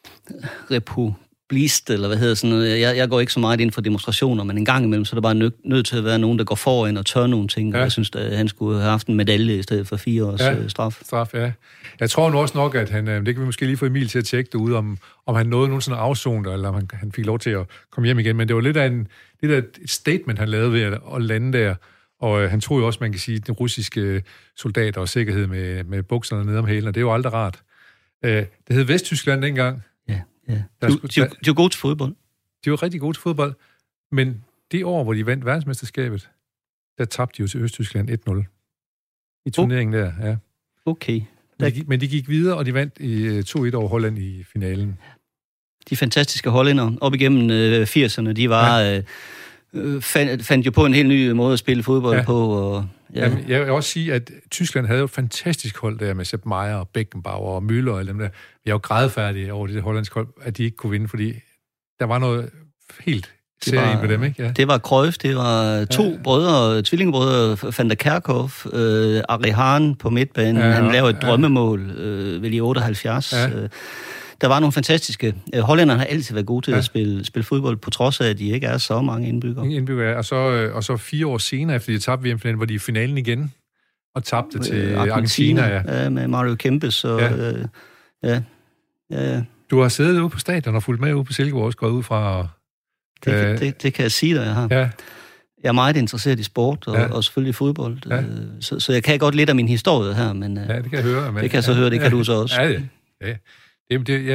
republist, eller hvad hedder sådan noget, jeg går ikke så meget ind for demonstrationer, men en gang imellem, så er der bare nødt til at være nogen, der går foran og tør nogle ting, og jeg synes, at han skulle have haft en medalje i stedet for 4 års straf. Ja. Jeg tror nu også nok, at han, det kan vi måske lige få Emil til at tjekke det ud, om han nåede nogen sådan afsoner, eller om han fik lov til at komme hjem igen, men det var lidt af et statement, han lavede ved at lande der. Og han tog jo også, man kan sige, den russiske soldater og sikkerhed med bukserne ned om hælen, og det er jo aldrig rart. Det hed Vesttyskland dengang. Ja. De var gode til fodbold. De var rigtig gode til fodbold, men det år, hvor de vandt verdensmesterskabet, der tabte de jo til Østtyskland 1-0 i turneringen der. Ja. Okay. Men de gik videre, og de vandt 2-1 over Holland i finalen. De fantastiske hollændere op igennem 80'erne, de var... Ja. Fandt jo på en helt ny måde at spille fodbold på. Og, ja. Jamen, jeg vil også sige, at Tyskland havde jo et fantastisk hold der med Sepp Maier og Beckenbauer og Müller og dem der. Vi er jo grædefærdige over det hollandske hold, at de ikke kunne vinde, fordi der var noget helt serien ved dem, ikke? Ja. Det var Cruyff, det var 2 brødre, tvillingebrødre, Van der Kerkhoff, Ari Hahn på midtbanen. Han lavede et drømmemål vel i 78. Ja. Der var nogle fantastiske... Hollænderne har altid været gode til at spille fodbold, på trods af, at de ikke er så mange indbyggere. Og så 4 år senere, efter de tabte VM-finalen, hvor de i finalen igen, og tabte til Argentina. Ja, med Mario Kempes. Og, ja. Du har siddet ude på stadion og fulgt med ude på Silkeborg, også gået ud fra... Det kan jeg sige dig, jeg har. Ja. Jeg er meget interesseret i sport, og selvfølgelig i fodbold. Ja. Så jeg kan godt lidt af min historie her, men... Ja, det kan jeg høre. Men, det kan jeg så høre, det kan du så også. Ja. Det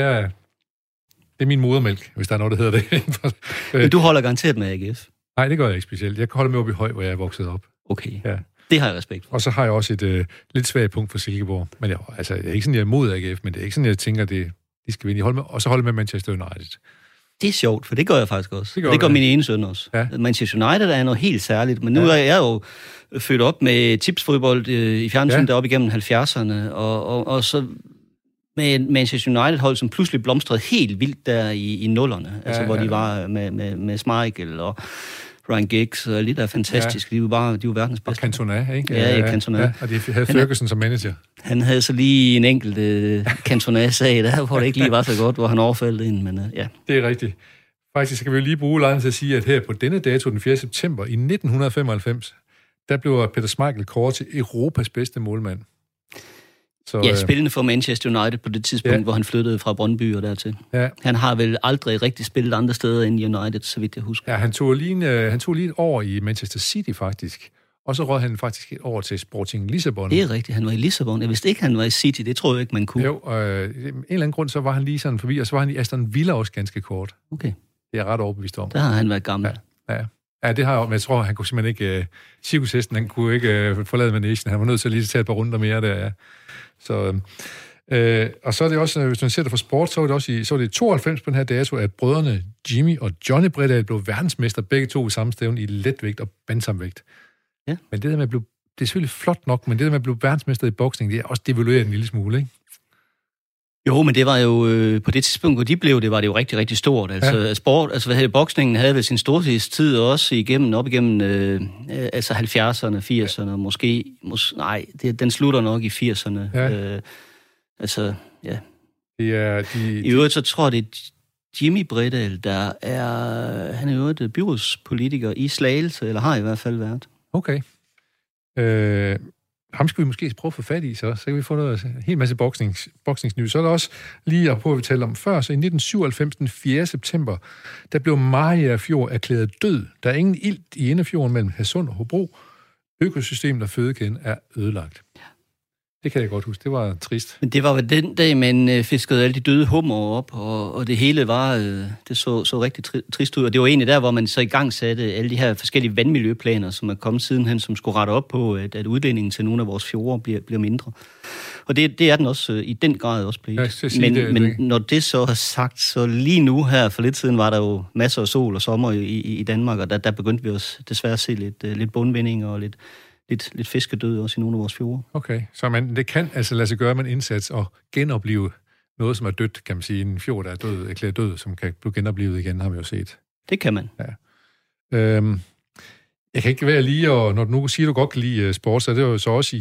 er min modermælk, hvis der er noget, der hedder det. Men du holder garanteret med AGF? Nej, det gør jeg ikke specielt. Jeg kan holde med op i Høj, hvor jeg er vokset op. Okay, det har jeg respekt for. Og så har jeg også et lidt svagt punkt for Silkeborg. Men jeg er ikke sådan, jeg er imod AGF, men det er ikke sådan, jeg tænker, de skal vinde. Og så holde med Manchester United. Det er sjovt, for det gør jeg faktisk også. Det gør min ene søn også. Ja. Manchester United er noget helt særligt, men nu er jeg jo født op med tipsfodbold i fjernsynet deroppe igennem 70'erne, og så... med Manchester United-hold, som pludselig blomstrede helt vildt der i nullerne. Hvor de var med Schmeichel og Ryan Giggs, og lidt af fantastisk. Ja. De var verdens bedste. Og Cantona, ikke? Ja, Cantona. Ja, og de havde Ferguson som manager. Han havde så lige en enkelt Cantona-sag der, hvor det ikke lige var så godt, hvor han overfaldt ind, men ja. Det er rigtigt. Faktisk skal vi jo lige bruge lejligheden til at sige, at her på denne dato, den 4. september i 1995, der blev Peter Schmeichel kåret til Europas bedste målmand. Så, spillende for Manchester United på det tidspunkt, hvor han flyttede fra Brøndby og dertil. Ja. Han har vel aldrig rigtig spillet andre steder end United, så vidt jeg husker. Ja, han tog lige et år i Manchester City faktisk, og så røg han faktisk over til Sporting Lissabon. Det er rigtigt, han var i Lissabon. Jeg vidste ikke, han var i City, det troede jeg ikke, man kunne. Jo, en eller anden grund, så var han lige sådan forbi, og så var han i Aston Villa også ganske kort. Okay. Det er jeg ret overbevist om. Der har han været gammel. Ja, det har jeg, men jeg tror, han kunne simpelthen ikke... cirkushesten, han kunne ikke forlade Managen. Han var nødt til lige at tage et par runder mere der, ja. Så, og så er det også, hvis man ser det for sport, så var det også i 92 på den her dato, at brødrene Jimmy og Johnny Bredahl blev verdensmester, begge to i samme stævne i letvægt og bantamvægt. Ja. Men det der med at blive... Det er selvfølgelig flot nok, men det der med at blive verdensmester i boksning, det er også devalueret en lille smule, ikke? Jo, men det var jo på det tidspunkt, hvor de blev det, var det jo rigtig, rigtig stort. Altså sport, boksningen havde vel sin storhedstid også op igennem 70'erne, 80'erne, måske nej, den slutter nok i 80'erne. Ja. I øvrigt så tror jeg, det er Jimmy Bredahl, han er jo et byrådspolitiker i Slagelse, eller har i hvert fald været. Okay. Ham skal vi måske prøve at få fat i, så kan vi få noget, en hel masse boksningsnyt. Så er der også lige at prøve at vi talte om før, så i 1997, den 4. september, der blev Mariager Fjord erklæret død. Der er ingen ilt i Indefjorden mellem Hadsund og Hobro. Økosystemet og fødekæden er ødelagt. Det kan jeg godt huske. Det var trist. Men det var vel den dag, man fiskede alle de døde hummer op, og det hele var, det så rigtig trist ud. Og det var egentlig der, hvor man så i gang satte alle de her forskellige vandmiljøplaner, som er kommet sidenhen, som skulle rette op på, at udledningen til nogle af vores fjorde bliver mindre. Og det er den også i den grad også blevet. Men når det så er sagt, så lige nu her for lidt siden var der jo masser af sol og sommer i Danmark, og der begyndte vi også desværre at se lidt bundvinding og lidt fiskedød også i nogle af vores fjorde. Okay, så det kan altså lade sig gøre med en indsats og genopleve noget, som er dødt, kan man sige. En fjord, der er død, erklæret død, som kan blive genoplevet igen, har vi jo set. Det kan man. Ja. Jeg kan ikke være lige, og når du nu siger, du godt kan lide sport, så det var jo så også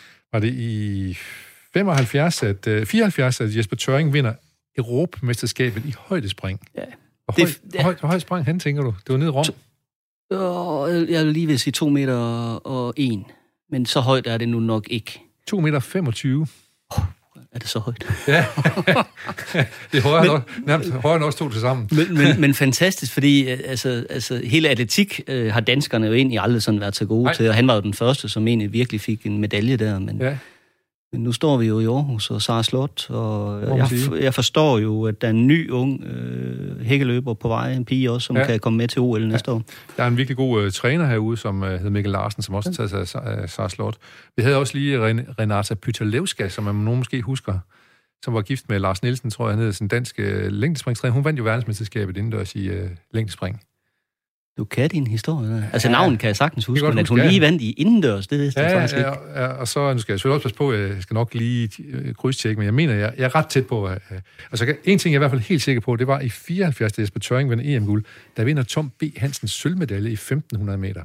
i 74, at Jesper Tørring vinder Europamesterskabet i højdespring. Ja. Hvor højt sprang han, tænker du? Det var nede i Rom. Jeg vil lige vil sige 2,01 meter, men så højt er det nu nok ikke. 2,25 meter. Er det så højt? Ja, det er højere nok to til sammen. Men fantastisk, fordi altså hele atletik har danskerne jo egentlig aldrig sådan været så gode til, og han var jo den første, som egentlig virkelig fik en medalje der, men nu står vi jo i Aarhus og Sara Slot, og jeg forstår jo, at der er en ny ung hækkeløber på vej, en pige også, som kan komme med til OL næste år. Der er en virkelig god træner herude, som hedder Mikkel Larsen, som også har taget sig af Sara Slot. Vi havde også lige Renata Pytelewska, som man nogen måske husker, som var gift med Lars Nielsen, tror jeg, han hed, sådan dansk længdespringstræner. Hun vandt jo verdensmesterskabet indendørs i længdespring. Du kan din historie. Altså navnet kan jeg sagtens huske, men at hun lige vandt i indendørs, det vidste jeg faktisk ikke. Ja, og så nu skal jeg selvfølgelig også passe på, jeg skal nok lige krydstjekke, men jeg mener, jeg er ret tæt på. Altså en ting, jeg er i hvert fald helt sikker på, det var i 74, da Jesper Tørring vinder EM-guld, der vinder Tom B. Hansens sølvmedalje i 1500 meter.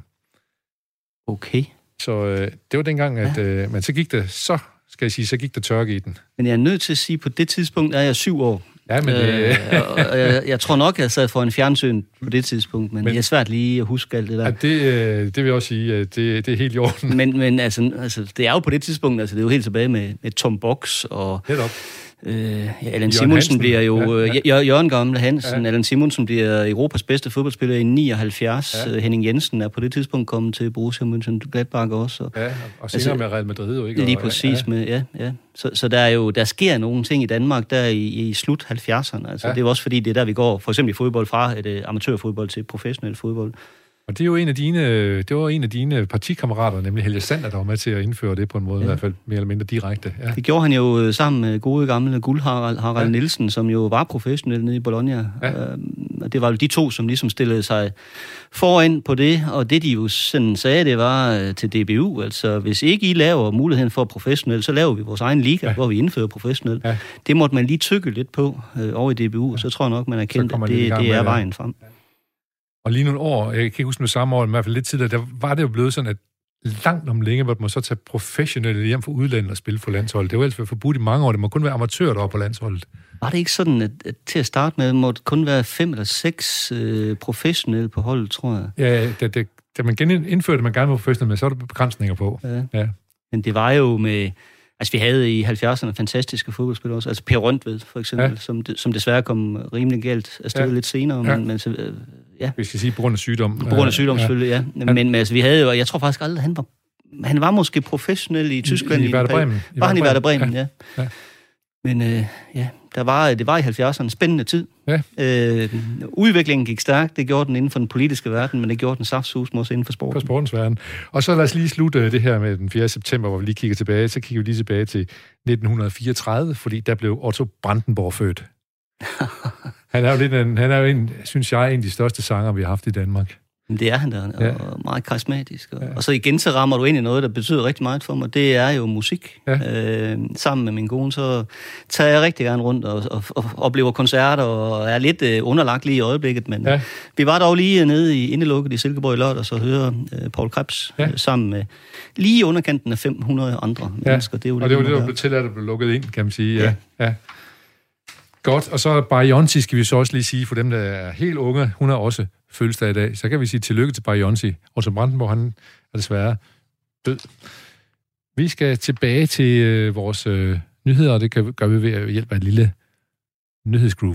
Okay. Så det var dengang, at men så gik det, så gik der tørke i den. Men jeg er nødt til at sige, på det tidspunkt er jeg 7 år. Ja, men jeg tror nok, jeg sad for en fjernsyn på det tidspunkt, men det er svært lige at huske alt det der. Ja, det vil jeg også sige, det er helt i orden. Men altså, det er jo på det tidspunkt, altså det er jo helt tilbage med Tom Box og... Allan Simonsen bliver jo... Jørgen Gamle Hansen. Ja. Allan Simonsen bliver Europas bedste fodboldspiller i 79. Ja. Henning Jensen er på det tidspunkt kommet til Borussia Mönchengladbach også. Og senere med Real Madrid jo ikke. Lige præcis med, Så der sker nogle ting i Danmark der i slut 70'erne. Altså, det er jo også fordi, det er der, vi går for eksempel i fodbold fra et amatørfodbold til professionel fodbold. Og det er jo en af dine partikammerater, nemlig Helge Sander, der var med til at indføre det på en måde, i hvert fald mere eller mindre direkte. Ja. Det gjorde han jo sammen med gode gamle Harald Nielsen, som jo var professionel nede i Bologna. Ja. Og det var jo de to, som ligesom stillede sig foran på det, og det de jo sådan sagde, det var til DBU, altså hvis ikke I laver muligheden for professionel, så laver vi vores egen liga, hvor vi indfører professionel. Ja. Det måtte man lige tykke lidt på over i DBU, og så tror jeg nok, man har kendt, at det er vejen frem. Ja. Og lige nogle år, jeg kan ikke huske med samme år, men i hvert fald lidt tidligere, der var det jo blevet sådan, at langt om længe måtte man så tage professionelle hjem fra udlandet og spille for landsholdet. Det var ellers forbudt i mange år. Det må kun være amatører deroppe på landsholdet. Var det ikke sådan, at til at starte med, måtte kun være 5 eller 6 professionelle på holdet, tror jeg? Ja, da man indførte, man gerne var professionel, men så er der begrænsninger på. Ja. Men det var jo med... Altså, vi havde i 70'erne fantastiske fodboldspillere også. Altså, Per Røntved, for eksempel, som desværre kom rimelig galt afsted lidt senere. Men vi skal sige, på grund af sygdom. På grund af sygdom, selvfølgelig, ja. Men altså, vi havde jo, jeg tror faktisk aldrig, han var måske professionel i Tyskland. I Werder Bremen. Var han i Werder Bremen, ja. Men det var i 70'erne en spændende tid. Ja. Udviklingen gik stærkt. Det gjorde den inden for den politiske verden, men det gjorde den saftsusme også inden for sporten. For sportens verden. Og så lad os lige slutte det her med den 4. september, hvor vi lige kigger tilbage. Så kigger vi lige tilbage til 1934, fordi der blev Otto Brandenburg født. Han er jo synes jeg, en af de største sanger, vi har haft i Danmark. Det er han der, og meget karismatisk. Og så igen, så rammer du ind i noget, der betyder rigtig meget for mig. Det er jo musik. Ja. Sammen med min kone, så tager jeg rigtig gerne rundt og oplever koncerter, og er lidt underlagt lige i øjeblikket. Men vi var dog lige nede i indelukket i Silkeborg i lørdags og høre Paul Krebs sammen med lige i underkanten af 500 andre mennesker. Det er jo og det var det, der blev tilladt at blive lukket ind, kan man sige. Ja. Godt, og så Beyoncé skal vi så også lige sige, for dem, der er helt unge, hun er også fødselsdag i dag, så kan vi sige tillykke til Beyoncé. Otto Brandenburg, han er desværre død. Vi skal tilbage til vores nyheder, og det gør vi ved at hjælpe af et lille nyhedsgroove.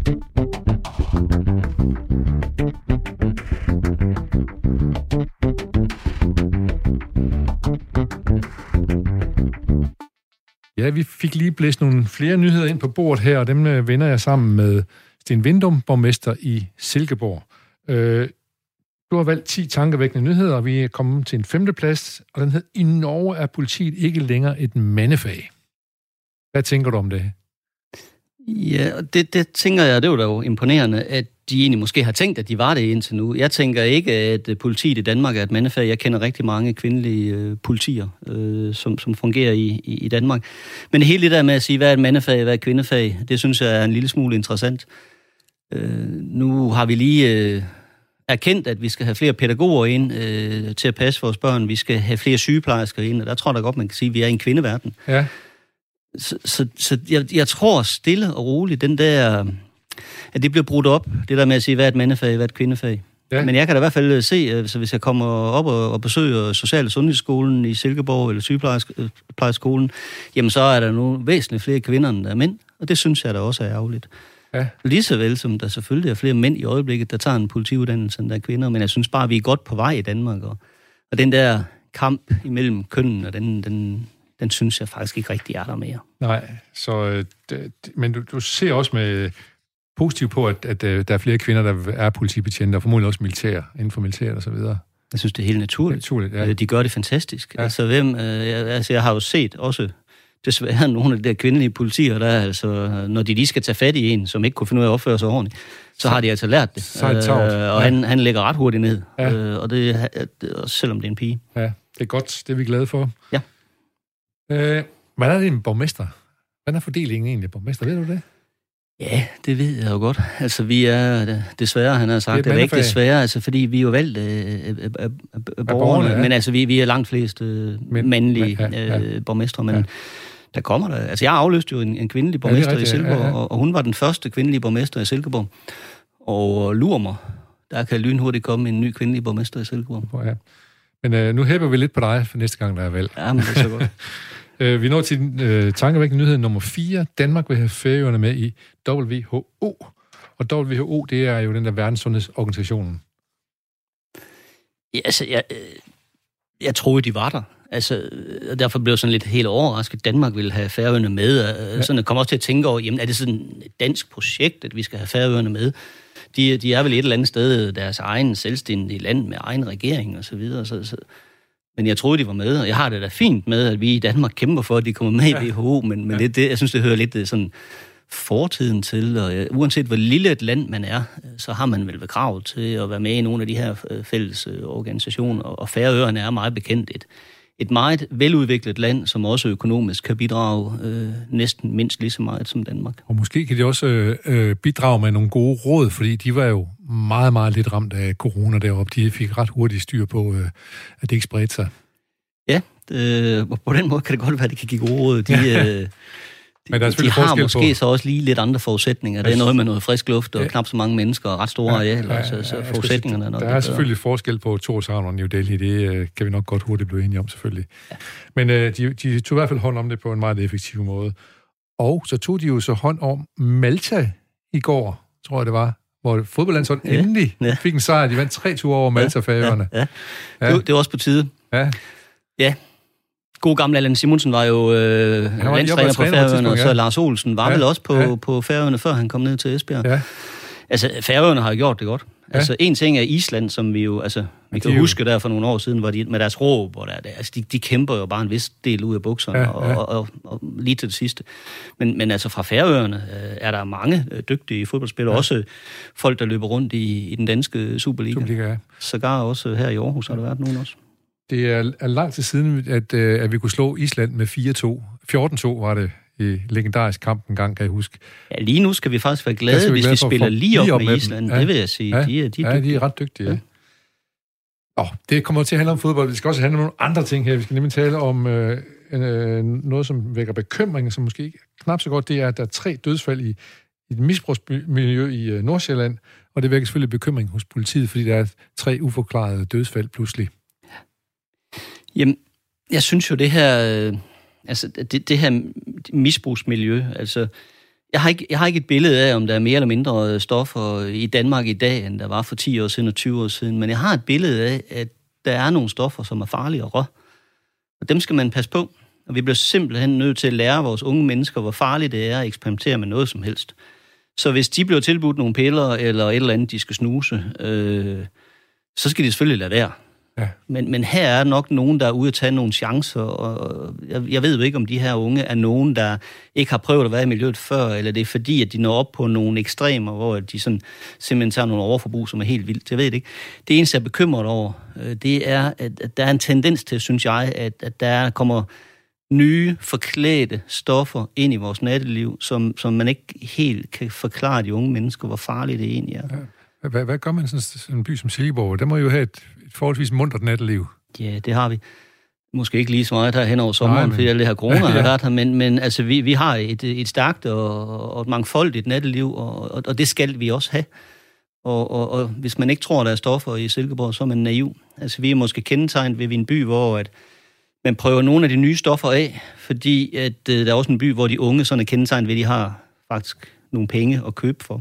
Ja, vi fik lige blæst nogle flere nyheder ind på bordet her, og dem vender jeg sammen med Sten Vindum, borgmester i Silkeborg. Du har valgt 10 tankevækkende nyheder, og vi er kommet til en 5. plads, og den hedder: I Norge er politiet ikke længere et mandefag. Hvad tænker du om det? Ja, det tænker jeg, det var da jo imponerende, at de egentlig måske har tænkt, at de var det indtil nu. Jeg tænker ikke, at politiet i Danmark er et mandefag. Jeg kender rigtig mange kvindelige politier, som fungerer i Danmark. Men hele det der med at sige, hvad er et mandefag, hvad er et kvindefag, det synes jeg er en lille smule interessant. Nu har vi lige erkendt, at vi skal have flere pædagoger ind til at passe vores børn. Vi skal have flere sygeplejersker ind, og der tror jeg da godt, man kan sige, at vi er i en kvindeverden. Ja. Så jeg tror stille og roligt, at det bliver brudt op, det der med at sige, hvad er et mandefag, hvad er et kvindefag. Ja. Men jeg kan da i hvert fald se, så hvis jeg kommer op og besøger Social- og Sundhedsskolen i Silkeborg, eller sygeplejerskolen, jamen så er der nu væsentligt flere kvinder, end der er mænd, og det synes jeg da også er ærgerligt. Ja. Lige så vel som der selvfølgelig er flere mænd i øjeblikket, der tager en politiuddannelse, end der er kvinder, men jeg synes bare, at vi er godt på vej i Danmark, og den der kamp imellem kønnen, og den synes jeg faktisk ikke rigtig er der mere. Nej, så men du ser også med positivt på, at der er flere kvinder, der er politibetjente, og formodentlig også inden for militæret og så videre. Jeg synes, det er helt naturligt. Ja. De gør det fantastisk. Ja. Altså, jeg har jo set også desværre nogle af de der kvindelige politier, der altså, når de lige skal tage fat i en, som ikke kunne finde ud af at opføre sig ordentligt, så har de altså lært det. Og han lægger ret hurtigt ned. Ja. Og det selvom det er en pige. Ja, det er godt. Det er vi glade for. Ja. Hvad er det en borgmester? Hvordan er fordelingen egentlig af borgmester? Ved du det? Ja, det ved jeg jo godt. Altså, vi er desværre, han har sagt, det er ikke desværre, altså, fordi vi er jo valgt af borgerne, men altså, vi er langt flest mandlige borgmestre, men der kommer der. Altså, jeg afløste jo en kvindelig borgmester i Silkeborg, og hun var den første kvindelige borgmester i Silkeborg. Og lurer mig, der kan lynhurtigt komme en ny kvindelig borgmester i Silkeborg. Ja. Men nu hæpper vi lidt på dig for næste gang, der er valg. Ja, men det er så godt. Vi når til tankevækkende nyhed nummer 4. Danmark vil have Færøerne med i WHO. Og WHO, det er jo den der verdenssundhedsorganisationen. Ja, altså, jeg troede, de var der. Altså, derfor blev jeg sådan lidt helt overrasket, at Danmark ville have Færøerne med. Sådan, jeg kom også til at tænke over, jamen, er det sådan et dansk projekt, at vi skal have Færøerne med? De er vel et eller andet sted deres egen selvstændige land med egen regering og så videre. Men jeg troede, de var med, og jeg har det da fint med, at vi i Danmark kæmper for, at de kommer med i WHO, men jeg synes, det hører lidt sådan fortiden til, og uanset hvor lille et land man er, så har man vel ved krav til at være med i nogle af de her fælles organisationer, og Færøerne er meget bekendt et meget veludviklet land, som også økonomisk kan bidrage næsten mindst lige så meget som Danmark. Og måske kan de også bidrage med nogle gode råd, fordi de var jo meget, meget lidt ramt af corona deroppe. De fik ret hurtigt styr på, at det ikke spredte sig. Ja, på den måde kan det godt være, at de kan give gode råd. Men der er de har måske så også lige lidt andre forudsætninger. Det er noget med noget frisk luft og knap så mange mennesker og ret store arealer, så forudsætningerne er nok. Der er selvfølgelig forskel på Tórshavn og New Delhi, det kan vi nok godt hurtigt blive enige om, selvfølgelig. Ja. Men de tog i hvert fald hånd om det på en meget effektiv måde. Og så tog de jo så hånd om Malta i går, tror jeg det var, hvor fodboldlandsholdet endelig fik en sejr. De vandt 3 ture over Malta-Færøerne. Ja. Det var også på tide. Ja. God gamle Allan Simonsen var jo landstræner på Færøerne, og så Lars Olsen var vel også på Færøerne, før han kom ned til Esbjerg. Ja. Altså, Færøerne har jo gjort det godt. Ja. Altså, en ting er Island, som vi jo, altså, vi kan huske der for nogle år siden, hvor de med deres råb, og altså, de kæmper jo bare en vis del ud af bukserne, og lige til det sidste. Men altså, fra Færøerne er der mange dygtige fodboldspillere, også folk, der løber rundt i den danske Superliga. Sågar også her i Aarhus har der været nogen også. Det er lang tid siden, at vi kunne slå Island med 4-2. 14-2 var det i legendarisk kamp en gang, kan jeg huske. Ja, lige nu skal vi faktisk være glade, hvis vi spiller lige op med Island. Det vil jeg sige. De er dygtige. De er ret dygtige. Ja. Det kommer til at handle om fodbold. Det skal også handle om nogle andre ting her. Vi skal nemlig tale om noget, som vækker bekymring, som måske ikke knap så godt. Det er, at der er 3 dødsfald i et misbrugsmiljø i Nordsjælland, og det vækker selvfølgelig bekymring hos politiet, fordi der er 3 uforklarede dødsfald pludselig. Jamen, jeg synes jo, det her... Altså, det her misbrugsmiljø, altså, jeg har ikke et billede af, om der er mere eller mindre stoffer i Danmark i dag, end der var for 10 år siden og 20 år siden, men jeg har et billede af, at der er nogle stoffer, som er farlige og rå. Og dem skal man passe på, og vi bliver simpelthen nødt til at lære vores unge mennesker, hvor farligt det er at eksperimentere med noget som helst. Så hvis de bliver tilbudt nogle piller, eller et eller andet, de skal snuse, så skal de selvfølgelig lade være. Ja. Men her er nok nogen, der er ude at tage nogle chancer, og jeg ved jo ikke, om de her unge er nogen, der ikke har prøvet at være i miljøet før, eller det er fordi, at de når op på nogle ekstremer, hvor de sådan, simpelthen tager nogle overforbrug, som er helt vildt. Jeg ved det ikke. Det eneste, jeg er bekymret over, det er, at der er en tendens til, synes jeg, at der kommer nye, forklædte stoffer ind i vores natteliv, som man ikke helt kan forklare de unge mennesker, hvor farligt det egentlig er. Ja. Hvad gør man sådan en by som Silkeborg? Der må jo have et forholdsvis muntert natteliv. Ja, det har vi. Måske ikke lige så meget her hen over sommeren, fordi alle det her corona har været her, men altså, vi har et stærkt og et mangfoldigt natteliv, og det skal vi også have. Og hvis man ikke tror, der er stoffer i Silkeborg, så er man naiv. Altså, vi er måske kendetegnet ved en by, hvor at man prøver nogle af de nye stoffer af, fordi at, der er også en by, hvor de unge sådan er kendetegnet ved, at de har faktisk nogle penge at købe for.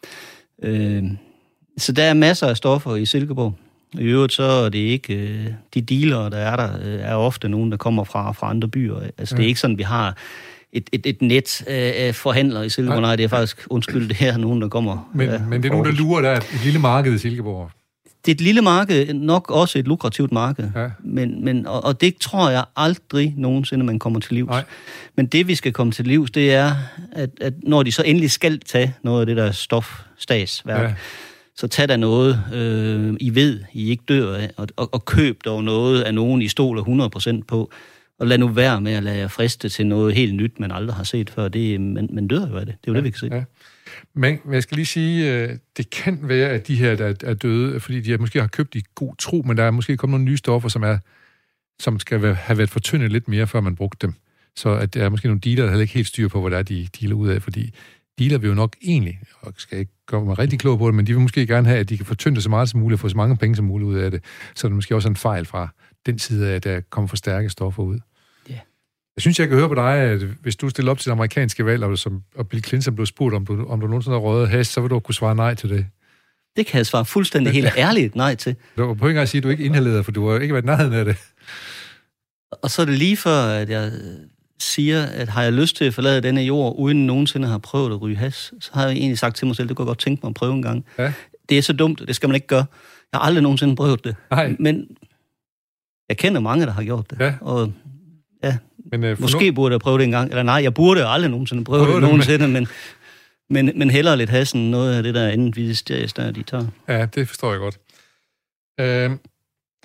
Så der er masser af stoffer i Silkeborg. I øvrigt så er det ikke... De dealere, der er ofte nogen, der kommer fra andre byer. Altså, det er ikke sådan, vi har et net af forhandlere i Silkeborg. Nej, det er faktisk... Undskyld, det er nogen, der kommer... Men det er nogen, der lurer, der er et lille marked i Silkeborg. Det er et lille marked, nok også et lukrativt marked. Ja. Og det tror jeg aldrig nogensinde, man kommer til livs. Nej. Men det, vi skal komme til livs, det er, at når de så endelig skal tage noget af det der stofstagsværk, så tag der noget, I ved, I ikke dør af, og køb dog noget af nogen, I stoler 100% på, og lad nu være med at lade jer friste til noget helt nyt, man aldrig har set før. Man dør jo af det. Det er jo det, vi kan se. Ja. Men jeg skal lige sige, det kan være, at de her, der er døde, fordi de måske har købt i god tro, men der er måske kommet nogle nye stoffer, som skal have været fortyndet lidt mere, før man brugte dem. Så at der er måske nogle dealer, der heller ikke helt styr på, hvor der er, de dealer ud af, fordi dealer vil jo nok egentlig, og skal ikke gøre mig rigtig klog på det, men de vil måske gerne have, at de kan fortynde så meget som muligt, og få så mange penge som muligt ud af det. Så er det måske også en fejl fra den side af, at der kommer for stærke stoffer ud. Yeah. Jeg synes, jeg kan høre på dig, at hvis du stiller op til det amerikanske valg, og Bill Clinton blev spurgt, om du nogensinde har røget hash, så vil du kunne svare nej til det. Det kan jeg svare fuldstændig helt ærligt nej til. Du var på en gang at sige, at du ikke inhalerede, for du har ikke været nærheden af det. Og så er det lige før, at jeg siger, at har jeg lyst til at forlade denne jord, uden nogensinde har prøvet at ryge hash, så har jeg egentlig sagt til mig selv, det kunne jeg godt tænke mig at prøve en gang. Ja. Det er så dumt, det skal man ikke gøre. Jeg har aldrig nogensinde prøvet det. Nej. Men jeg kender mange, der har gjort det. Ja. Og ja, men, måske burde jeg prøve det en gang. Eller nej, jeg burde aldrig nogensinde prøve det nogensinde, men hellere lidt hash end noget af det der anden vidste der de tager. Ja, det forstår jeg godt.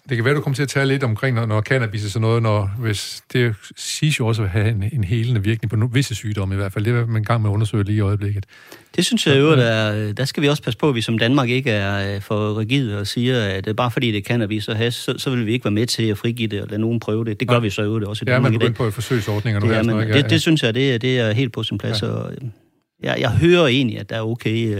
Det kan være, du kommer til at tale lidt omkring, når cannabis er sådan noget, hvis det siges jo også at have en helende virkning på visse sygdomme i hvert fald. Det er man i gang med at undersøge lige i øjeblikket. Det synes jeg jo, der skal vi også passe på, at vi som Danmark ikke er for rigide og siger, at bare fordi det er cannabis og hash, så vil vi ikke være med til at frigive det og lade nogen prøve det. Det gør vi så jo det også i Danmark i dag. Ja, man begynder på forsøgsordninger nu. Det synes jeg, det er helt på sin plads. Ja. Og jeg hører egentlig, at der er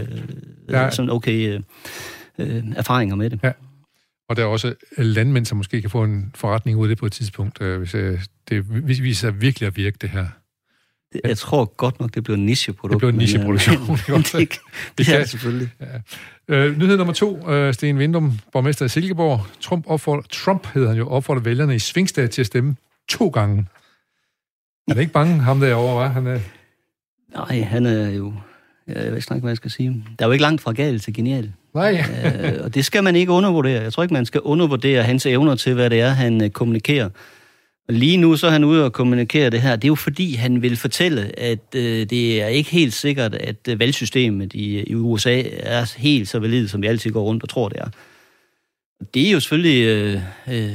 okay erfaringer med det. Ja. Og der er også landmænd, som måske kan få en forretning ud af det på et tidspunkt, hvis det viser virkelig at virke, det her. Jeg tror godt nok, det bliver en nicheprodukt. Det bliver en nicheproduktion. Det er selvfølgelig. Ja. Nyhed nummer 2. Sten Vindum, borgmester i Silkeborg. Trump hedder han jo, opfordrer vælgerne i Svingstad til at stemme 2 gange. Er det ikke bange, ham derovre, hva'? Nej, han er jo... Jeg ved ikke, hvad jeg skal sige. Der er jo ikke langt fra galt til genial. Nej. Og det skal man ikke undervurdere. Jeg tror ikke, man skal undervurdere hans evner til, hvad det er, han kommunikerer. Og lige nu så er han ude og kommunikere det her. Det er jo fordi, han vil fortælle, at det er ikke helt sikkert, at valgsystemet i USA er helt så validt, som vi altid går rundt og tror, det er. Det er jo selvfølgelig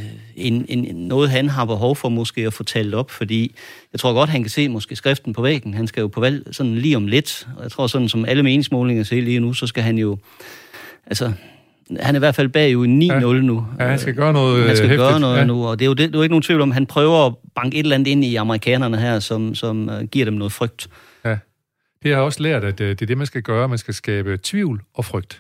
noget, han har behov for måske at få talt op, fordi jeg tror godt, han kan se måske skriften på væggen. Han skal jo på valg sådan lige om lidt, og jeg tror sådan, som alle meningsmålinger ser lige nu, så skal han jo, altså, han er i hvert fald bagud 9-0 nu. Ja, han skal gøre noget nu, og det er jo ikke nogen tvivl om, han prøver at banke et eller andet ind i amerikanerne her, som giver dem noget frygt. Ja, det har jeg også lært, at det er det, man skal gøre. Man skal skabe tvivl og frygt.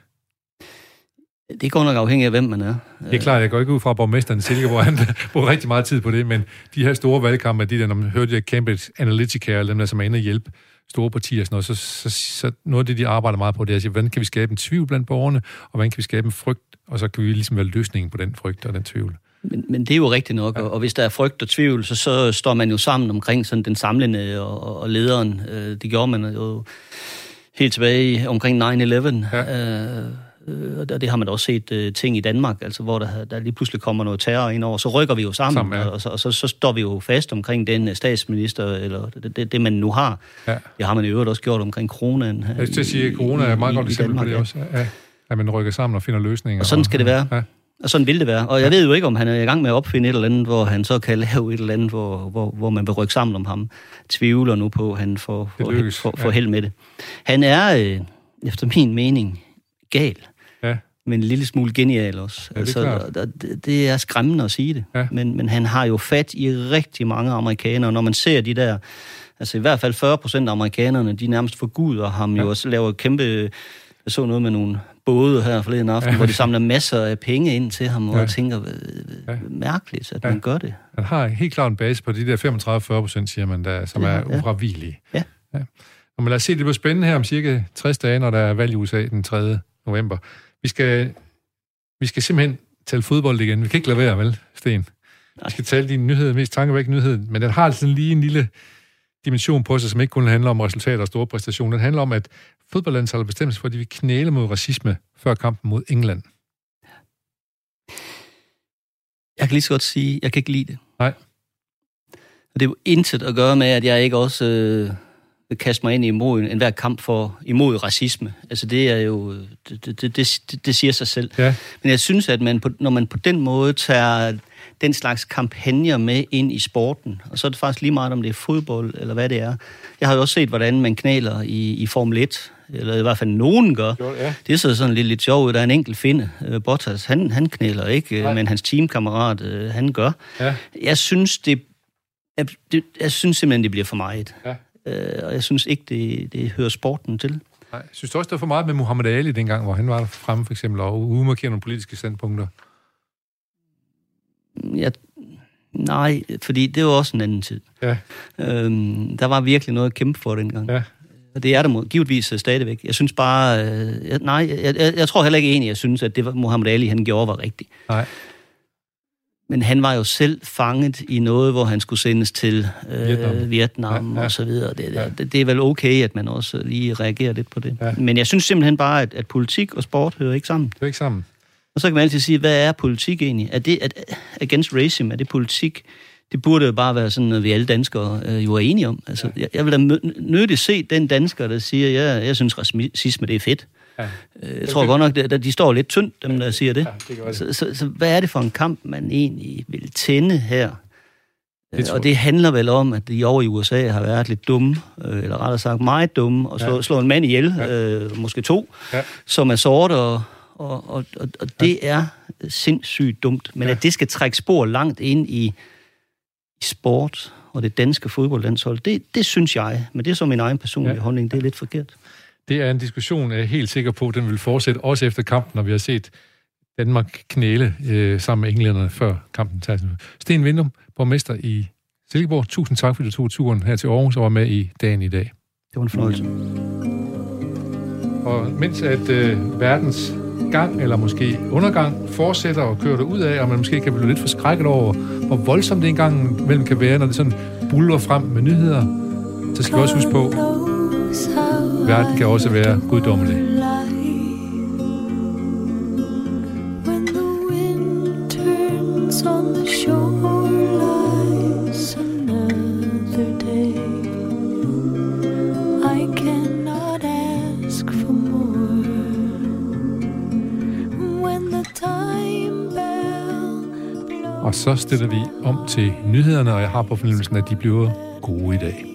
Det går nok afhængigt af, hvem man er. Det er klart, jeg går ikke ud fra borgmesteren i Silkeborg, han bruger rigtig meget tid på det, men de her store valgkampe, de der, når man hører de her Cambridge Analytica, dem der, som er inde og hjælpe store partier og sådan noget, så noget af det, de arbejder meget på, det er at sige, hvordan kan vi skabe en tvivl blandt borgerne, og hvordan kan vi skabe en frygt, og så kan vi ligesom være løsningen på den frygt og den tvivl. Men det er jo rigtigt nok, og hvis der er frygt og tvivl, så står man jo sammen omkring sådan den samlende og lederen. Det gjorde man jo helt tilbage omkring 9/11. Ja. Og det har man også set ting i Danmark, altså hvor der lige pludselig kommer noget terror ind over, så rykker vi jo sammen ja. og så står vi jo fast omkring den statsminister, eller det man nu har. Ja. Det har man i øvrigt også gjort omkring coronaen. Jeg skal sige, at corona er meget godt eksempel på det også, at man rykker sammen og finder løsninger. Og sådan skal det være. Ja. Og sådan vil det være. Og jeg ved jo ikke, om han er i gang med at opfinde et eller andet, hvor han så kan lave et eller andet, hvor man vil rykke sammen om ham. Tvivler nu på, at han får held med det. Han er, efter min mening, gal. Ja. Men en lille smule genial også. Ja, det er skræmmende at sige det. Ja. Men han har jo fat i rigtig mange amerikanere. Når man ser de der, altså i hvert fald 40% af amerikanerne, de nærmest forguder ham jo også laver kæmpe... Jeg så noget med nogle både her forleden aften, hvor de samler masser af penge ind til ham, og tænker, mærkeligt, at man gør det. Han har helt klart en base på de der 35-40%, siger man, der, som er ufravigelige. Ja. Ja. Og lad os se, det bliver spændende her om cirka 60 dage, når der er valg i USA den 3. november. Vi skal simpelthen tale fodbold igen. Vi kan ikke lade være, vel, Sten? Vi skal tale din nyhed, mest tankevækkende nyhed, men den har altså lige en lille dimension på sig, som ikke kun handler om resultater og store præstationer. Den handler om, at fodboldlandsholdet har bestemt sig for, at de vil knæle mod racisme før kampen mod England. Jeg kan lige så godt sige, at jeg kan ikke lide det. Nej. Og det er jo intet at gøre med, at jeg ikke også vil kaste mig ind i enhver kamp imod racisme. Altså det er jo, det siger sig selv. Ja. Men jeg synes, at når man på den måde tager den slags kampagner med ind i sporten, og så er det faktisk lige meget, om det er fodbold, eller hvad det er. Jeg har jo også set, hvordan man knæler i Formel 1, eller i hvert fald nogen gør. Ja. Det er så sådan lidt sjovt. Der er en enkelt finde. Bottas, han knæler ikke, men hans teamkammerat, han gør. Ja. Jeg synes simpelthen, det bliver for meget. Ja. Og jeg synes ikke, det hører sporten til. Nej, jeg synes også, det var for meget med Muhammad Ali dengang, hvor han var der fremme for eksempel, og udmarkerer nogle politiske standpunkter. Nej, fordi det var også en anden tid. Ja. Der var virkelig noget at kæmpe for dengang. Ja. Og det er der givetvis stadigvæk. Jeg synes bare... jeg tror heller ikke egentlig, jeg synes, at det var Muhammad Ali, han gjorde, var rigtigt. Nej. Men han var jo selv fanget i noget, hvor han skulle sendes til Vietnam og så videre. Det er vel okay, at man også lige reagerer lidt på det. Ja. Men jeg synes simpelthen bare, at politik og sport hører ikke sammen. Det er ikke sammen. Og så kan man altid sige, hvad er politik egentlig? Er det against racism? Er det politik? Det burde jo bare være sådan noget, vi alle danskere jo er enige om. Altså, jeg vil da nødigt se den dansker, der siger, jeg synes racisme det er fedt. Ja. Jeg tror godt nok, at de står lidt tyndt, dem der siger det. Ja, det. Så hvad er det for en kamp, man egentlig vil tænde her? Og det handler vel om, at de over i USA har været lidt dumme, eller rettere sagt meget dumme, og slå en mand ihjel, måske 2, som er sort, og det er sindssygt dumt. Men at det skal trække spor langt ind i sport og det danske fodboldlandshold, det synes jeg, men det er så min egen personlige holdning, det er lidt forkert. Det er en diskussion, jeg er helt sikker på, den vil fortsætte også efter kampen, når vi har set Danmark knæle sammen med englænderne før kampen tager. Sten Vindum, borgmester i Silkeborg, tusind tak, fordi du tog turen her til Aarhus og var med i dagen i dag. Det var en fornøjelse. Og mens at verdens gang, eller måske undergang, fortsætter og kører ud af, og man måske kan blive lidt forskrækket over, hvor voldsomt det engang mellem kan være, når det sådan buller frem med nyheder, så skal vi også huske på, at verden kan også være guddommelig. Og så stiller vi om til nyhederne, og jeg har på fornemmelsen, at de bliver gode i dag.